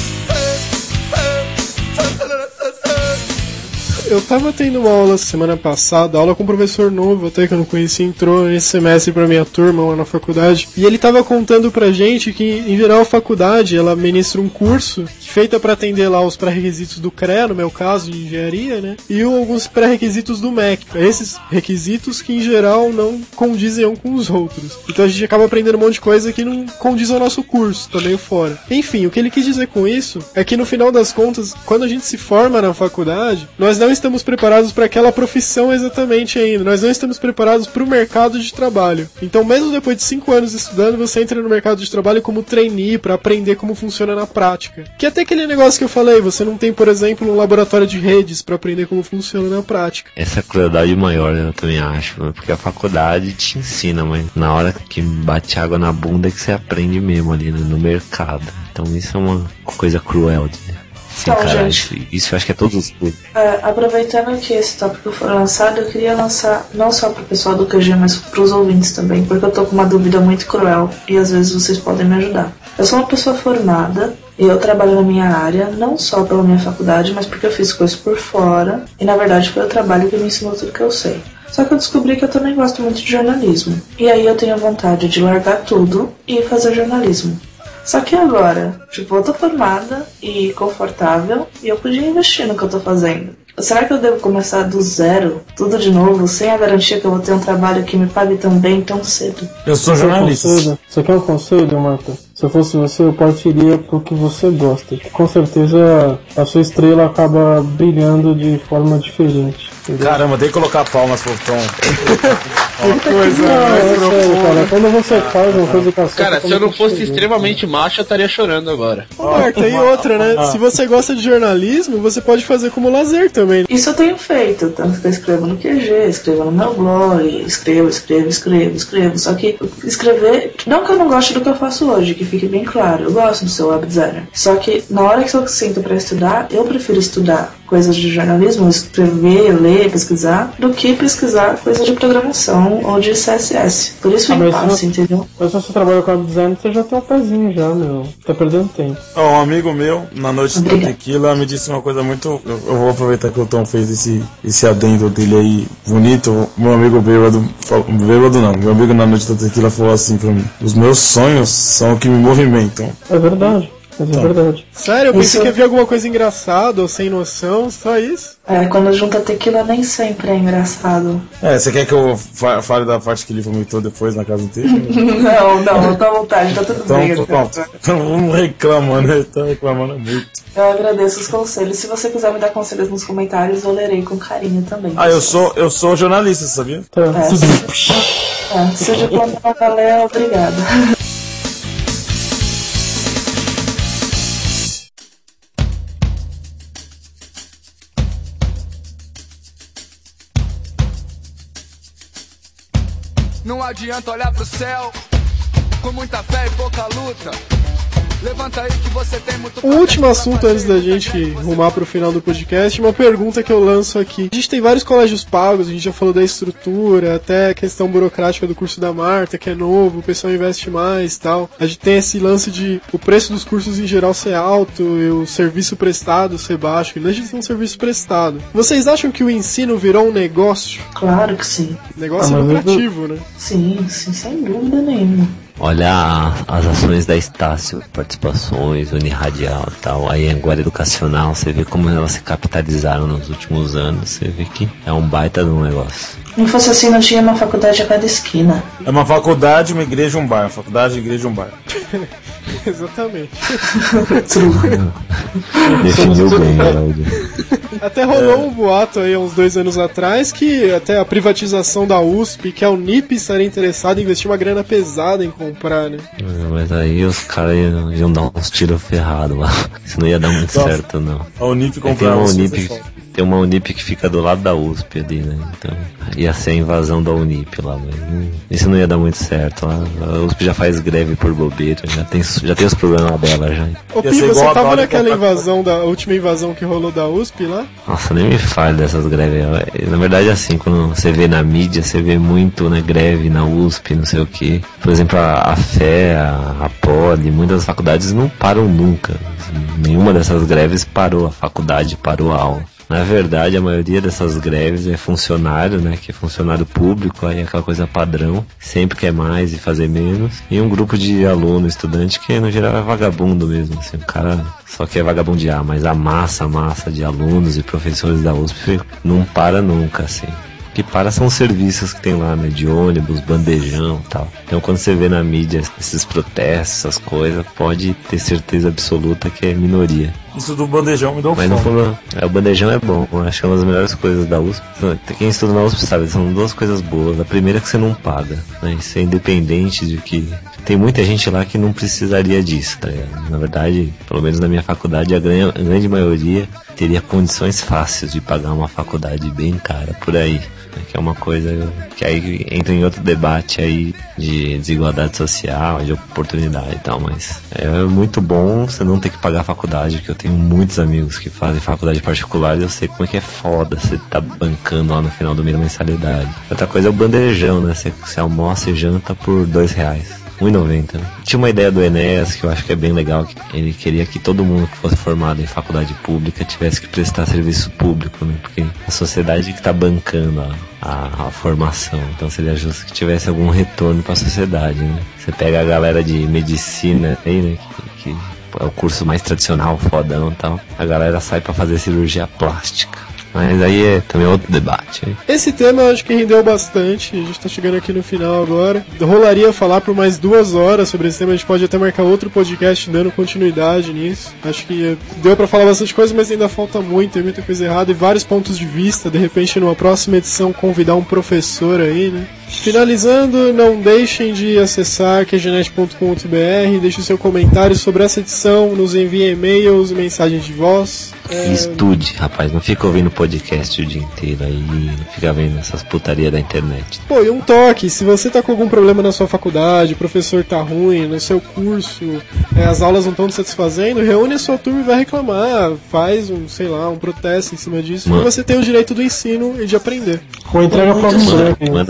C, C, C, C, C. Eu tava tendo uma aula semana passada, aula com um professor novo, até que eu não conhecia, entrou nesse semestre pra minha turma lá na faculdade, e ele tava contando pra gente que, em geral, a faculdade, ela ministra um curso feita pra atender lá os pré-requisitos do C R E A, no meu caso, de engenharia, né, e alguns pré-requisitos do M E C. Esses requisitos que, em geral, não condizem um com os outros. Então a gente acaba aprendendo um monte de coisa que não condiz ao nosso curso, tá meio fora. Enfim, o que ele quis dizer com isso é que, no final das contas, quando a gente se forma na faculdade, nós não estamos preparados para aquela profissão exatamente ainda. Nós não estamos preparados para o mercado de trabalho. Então, mesmo depois de cinco anos estudando, você entra no mercado de trabalho como trainee para aprender como funciona na prática. Que é até aquele negócio que eu falei, você não tem, por exemplo, um laboratório de redes para aprender como funciona na prática. Essa é a crueldade maior, eu também acho, né? Porque a faculdade te ensina, mas na hora que bate água na bunda é que você aprende mesmo ali, né? No mercado. Então isso é uma coisa cruel de... Sim, Então, cara, gente, isso, isso eu acho que é todos os cursos. É, aproveitando que esse tópico foi lançado, eu queria lançar não só pro pessoal do Q G, mas pros ouvintes também, porque eu tô com uma dúvida muito cruel e às vezes vocês podem me ajudar. Eu sou uma pessoa formada e eu trabalho na minha área, não só pela minha faculdade, mas porque eu fiz coisas por fora e na verdade foi o trabalho que me ensinou tudo que eu sei. Só que eu descobri que eu também gosto muito de jornalismo. E aí eu tenho vontade de largar tudo e fazer jornalismo. Só que agora, tipo, eu tô formada e confortável e eu podia investir no que eu tô fazendo. Será que eu devo começar do zero, tudo de novo, sem a garantia que eu vou ter um trabalho que me pague tão bem, tão cedo? Eu sou jornalista. Você quer um conselho, Marta? Se eu fosse você, eu partiria pro que você gosta. Com certeza a sua estrela acaba brilhando de forma diferente. Entendeu? Caramba, tem que colocar palmas pro Tom. Coisa, não, é sério, cara. Quando você faz uma coisa que acerta, cara, se eu não fosse extremamente macho, eu estaria chorando agora. Ô, Marta, e outra, né? Se você gosta de jornalismo, você pode fazer como lazer também. Isso eu tenho feito, tanto que eu escrevo no Q G, escrevo no meu blog, escrevo, escrevo, escrevo, escrevo. Só que escrever, não que eu não goste do que eu faço hoje, que fique bem claro, eu gosto do seu web designer. Só que na hora que eu sinto pra estudar, eu prefiro estudar coisas de jornalismo, escrever, ler, pesquisar, do que pesquisar coisas de programação ou de C S S. Por isso o ah, impasse, entendeu? Mas se você trabalha com web design, você já tem um pezinho já, meu. Tá perdendo tempo. Oh, um amigo meu, na noite da tequila, me disse uma coisa muito... Eu, eu vou aproveitar que o Tom fez esse, esse adendo dele aí, bonito. Meu amigo bêbado, bêbado não, meu amigo na noite da tequila falou assim pra mim: os meus sonhos são o que me movimentam. É verdade. Mas é verdade. Sério? Eu pensei Isso- que havia alguma coisa engraçada ou sem noção, só isso. É, quando junta tequila nem sempre é engraçado. É, você quer que eu fa- fale da parte que ele vomitou depois na casa inteira? Não, não, tô à vontade, tá tudo bem. Então, pronto. Então vamos reclamando, né? Tá reclamando muito. Eu agradeço os conselhos. Se você quiser me dar conselhos nos comentários, eu lerei com carinho também. Ah, eu sou, eu sou jornalista, sabia? Tá. É, se, é, se o diploma não valer, obrigada. Não adianta olhar pro céu com muita fé e pouca luta. Levanta aí que você tem muito. O último assunto antes da gente rumar pro final do podcast, uma pergunta que eu lanço aqui. A gente tem vários colégios pagos, a gente já falou da estrutura, até a questão burocrática do curso da Marta, que é novo, o pessoal investe mais e tal. A gente tem esse lance de o preço dos cursos em geral ser alto e o serviço prestado ser baixo, e deixa de ser um serviço prestado. Vocês acham que o ensino virou um negócio? Claro que sim. Negócio Ah, mas lucrativo, né? Sim, sim, sem dúvida nenhuma. Olha a- as ações da Estácio, participações, Uniradial e tal, aí agora educacional, você vê como elas se capitalizaram nos últimos anos, você vê que é um baita de um negócio. Não fosse assim, não tinha uma faculdade a cada esquina. É uma faculdade, uma igreja e um bar. Faculdade, igreja e um bar. Exatamente. Definiu bem, Claudio. Até rolou um boato aí há uns dois anos atrás que até a privatização da U S P, que a Unip estaria interessada em investir uma grana pesada em comprar, né? É, mas aí os caras iam, iam dar uns tiros ferrados lá. Isso não ia dar muito Nossa. certo, não. A Unip Aí tem comprava uma os Unip, pessoal. tem uma Unip que fica do lado da U S P ali, né? Então ia ser a invasão da Unip lá, mas hum, isso não ia dar muito certo. Lá, a U S P já faz greve por bobeira, já tem, já tem os problemas dela já. Ô Ia Pi, ser você igual a tava Dória naquela comprar- invasão, da a última invasão que rolou da U S P lá? Nossa, nem me fale dessas greves. Na verdade, assim, quando você vê na mídia, você vê muito, né, greve na U S P, não sei o que. Por exemplo, a, a F E, a, a Poli, muitas faculdades não param nunca. Nenhuma dessas greves parou a faculdade, parou a aula. Na verdade, a maioria dessas greves é funcionário, né, que é funcionário público, aí é aquela coisa padrão, sempre quer mais e fazer menos. E um grupo de aluno, estudante, que no geral é vagabundo mesmo, assim, o cara só quer vagabundear, mas a massa, a massa de alunos e professores da U S P não para nunca, assim. O que para são os serviços que tem lá, né, de ônibus, bandejão e tal. Então quando você vê na mídia esses protestos, essas coisas, pode ter certeza absoluta que é minoria. Isso do bandejão me deu Mas no fome. fundo, é, o bandejão é bom, eu acho que é uma das melhores coisas da U S P. Quem estuda na U S P sabe, são duas coisas boas. A primeira é que você não paga, né? Isso é independente de que... Tem muita gente lá que não precisaria disso, tá ligado? Na verdade, pelo menos na minha faculdade, a grande, a grande maioria teria condições fáceis de pagar uma faculdade bem cara por aí. Né? Que é uma coisa que aí entra em outro debate aí de desigualdade social, de oportunidade e tal, mas é muito bom você não ter que pagar a faculdade, porque eu tenho muitos amigos que fazem faculdade particular e eu sei como é que é foda você tá bancando lá no final do mês a mensalidade. Outra coisa é o bandejão, né? Você, você almoça e janta por dois reais. um e noventa. Tinha uma ideia do Enéas que eu acho que é bem legal, que ele queria que todo mundo que fosse formado em faculdade pública tivesse que prestar serviço público, né? Porque a sociedade que está bancando a, a, a formação, então seria justo que tivesse algum retorno para a sociedade, né? Você pega a galera de medicina aí, né? Que, que é o curso mais tradicional, fodão e tal, a galera sai para fazer cirurgia plástica. Mas aí é também outro debate. Hein? Esse tema eu acho que rendeu bastante, a gente tá chegando aqui no final agora. Rolaria falar por mais duas horas sobre esse tema, a gente pode até marcar outro podcast dando continuidade nisso. Acho que deu pra falar bastante coisa, mas ainda falta muito, tem muita coisa errada e vários pontos de vista. De repente, numa próxima edição, convidar um professor aí, né? Finalizando, não deixem de acessar q g net ponto com ponto b r, deixe o seu comentário sobre essa edição, nos envie e-mails e mensagens de voz. É... Estude, rapaz, não fica ouvindo podcast o dia inteiro aí, não fica vendo essas putarias da internet. Pô, e um toque, se você tá com algum problema na sua faculdade, o professor tá ruim, no seu curso, é, as aulas não estão te satisfazendo, reúne a sua turma e vai reclamar, faz um, sei lá, um protesto em cima disso, Mano. e você tem o direito do ensino e de aprender. Ou entrega pra manda, manda suas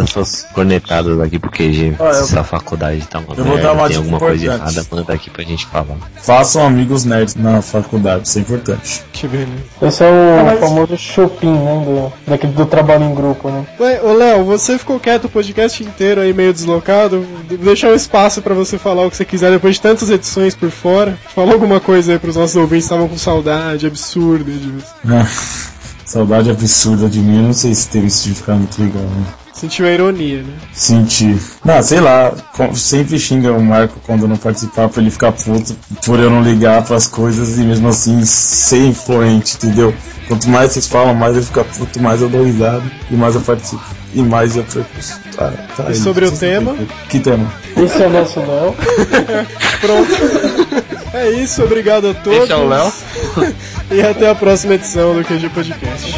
cornetadas aqui pro Q G. Ah, eu- Se a faculdade tá uma Eu vou merda, dar uma tem dica alguma coisa importante. errada, manda aqui pra gente falar. Façam amigos nerds na faculdade, isso é importante. Que beleza. Esse é o famoso shopping, né? Do, daquele do trabalho em grupo, né? Ué, ô Léo, você ficou quieto o podcast inteiro aí, meio deslocado. Vou deixar um espaço pra você falar o que você quiser depois de tantas edições por fora. Fala alguma coisa aí pros nossos ouvintes que estavam com saudade absurda de você. Ah, saudade absurda de mim, eu não sei se teve isso de ficar muito legal, né? Sentiu a ironia, né? Senti. Não, sei lá, com- sempre xinga o Marco quando eu não participar pra ele ficar puto por eu não ligar pras coisas e mesmo assim ser influente, entendeu? Quanto mais vocês falam, mais ele fica puto, mais eu dou risada e mais eu participo. E mais eu percurso. Tá, tá E aí, sobre não o sei se tema? tem- Que tema? Esse é o nosso Léo. Pronto. É isso, obrigado a todos. Esse é o Léo. E até a próxima edição do Q G Podcast.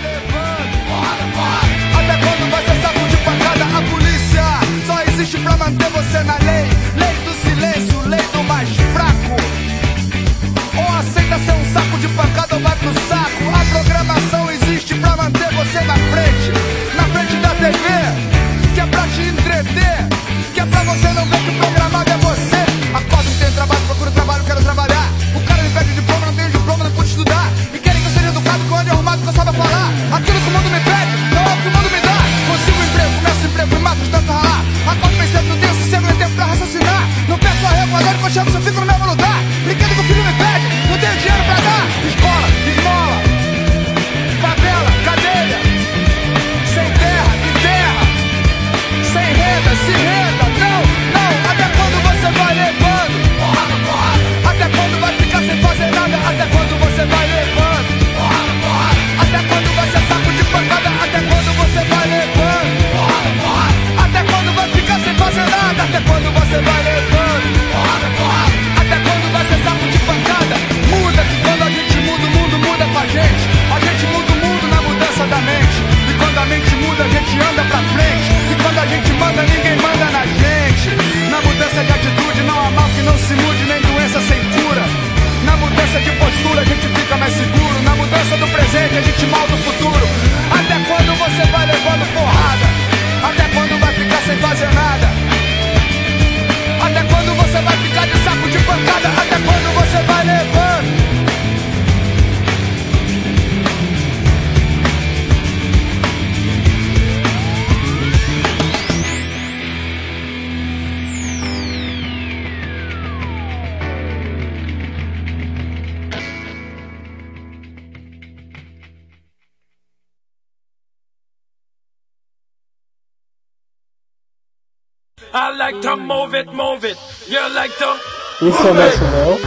Até quando vai ser saco de pancada? A polícia só existe pra manter você na lei. Lei do silêncio, lei do mais fraco. Ou aceita ser um saco de pancada ou vai pro saco. A programação existe pra manter você na frente. Na frente da T V, que é pra te entreter. Que é pra você não ver que o programado é você. Acordo, não tenho trabalho, procuro trabalho, quero trabalhar. O cara me pede diploma, não tenho diploma, não pude estudar. E querem que eu seja educado, que eu ande arrumado, que eu saiba falar. Aquilo que o mundo me pede, não é o que o mundo me dá. Consigo um emprego, começo emprego e mato de tanto ralar. Acordo bem cedo, não tenho sossego, nem tempo pra raciocinar. Não peço arrego, agora que eu chego, só fico no mesmo lugar. Brinquedo que o filho me pede, não tenho dinheiro pra dar. Escola, esmola, favela, cadeia. Sem terra, de terra. Sem renda, se renda. Não, não, até quando você vai levando? Porrada, porrada. Até quando vai ficar sem fazer nada? Até quando você vai levando? Porrada, porrada. Até quando vai ser saco de pancada? Até quando você vai levando? Porrada, porrada. Até quando vai ficar sem fazer nada? Até quando você vai levando? Porrada, porrada. Até quando vai ser saco de pancada? Muda que quando a gente muda, o mundo muda com a gente. A gente muda o mundo na mudança da mente. E quando a mente muda, a gente anda pra frente. E quando a gente manda, ninguém manda na gente. Na mudança de atitude, não há mal que não se mude, nem doença sem cura. Na mudança de postura, a gente fica mais seguro. Na mudança do presente, a gente molda o futuro. Até quando você vai levando porrada? Até quando vai ficar sem fazer nada? Até quando você vai ficar de saco de pancada? Até quando você vai levando? I like to move it, move it. You like to Esse é o nosso Léo.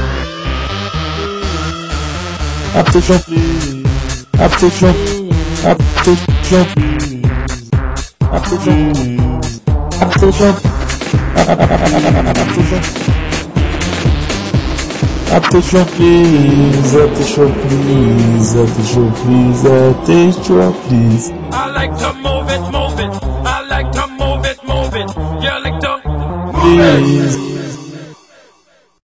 Application, please. Application, application, please. Application, application, application. Attention please, attention please, attention please, attention please. I like to move it, move it. I like to move it, move it. You like to Please.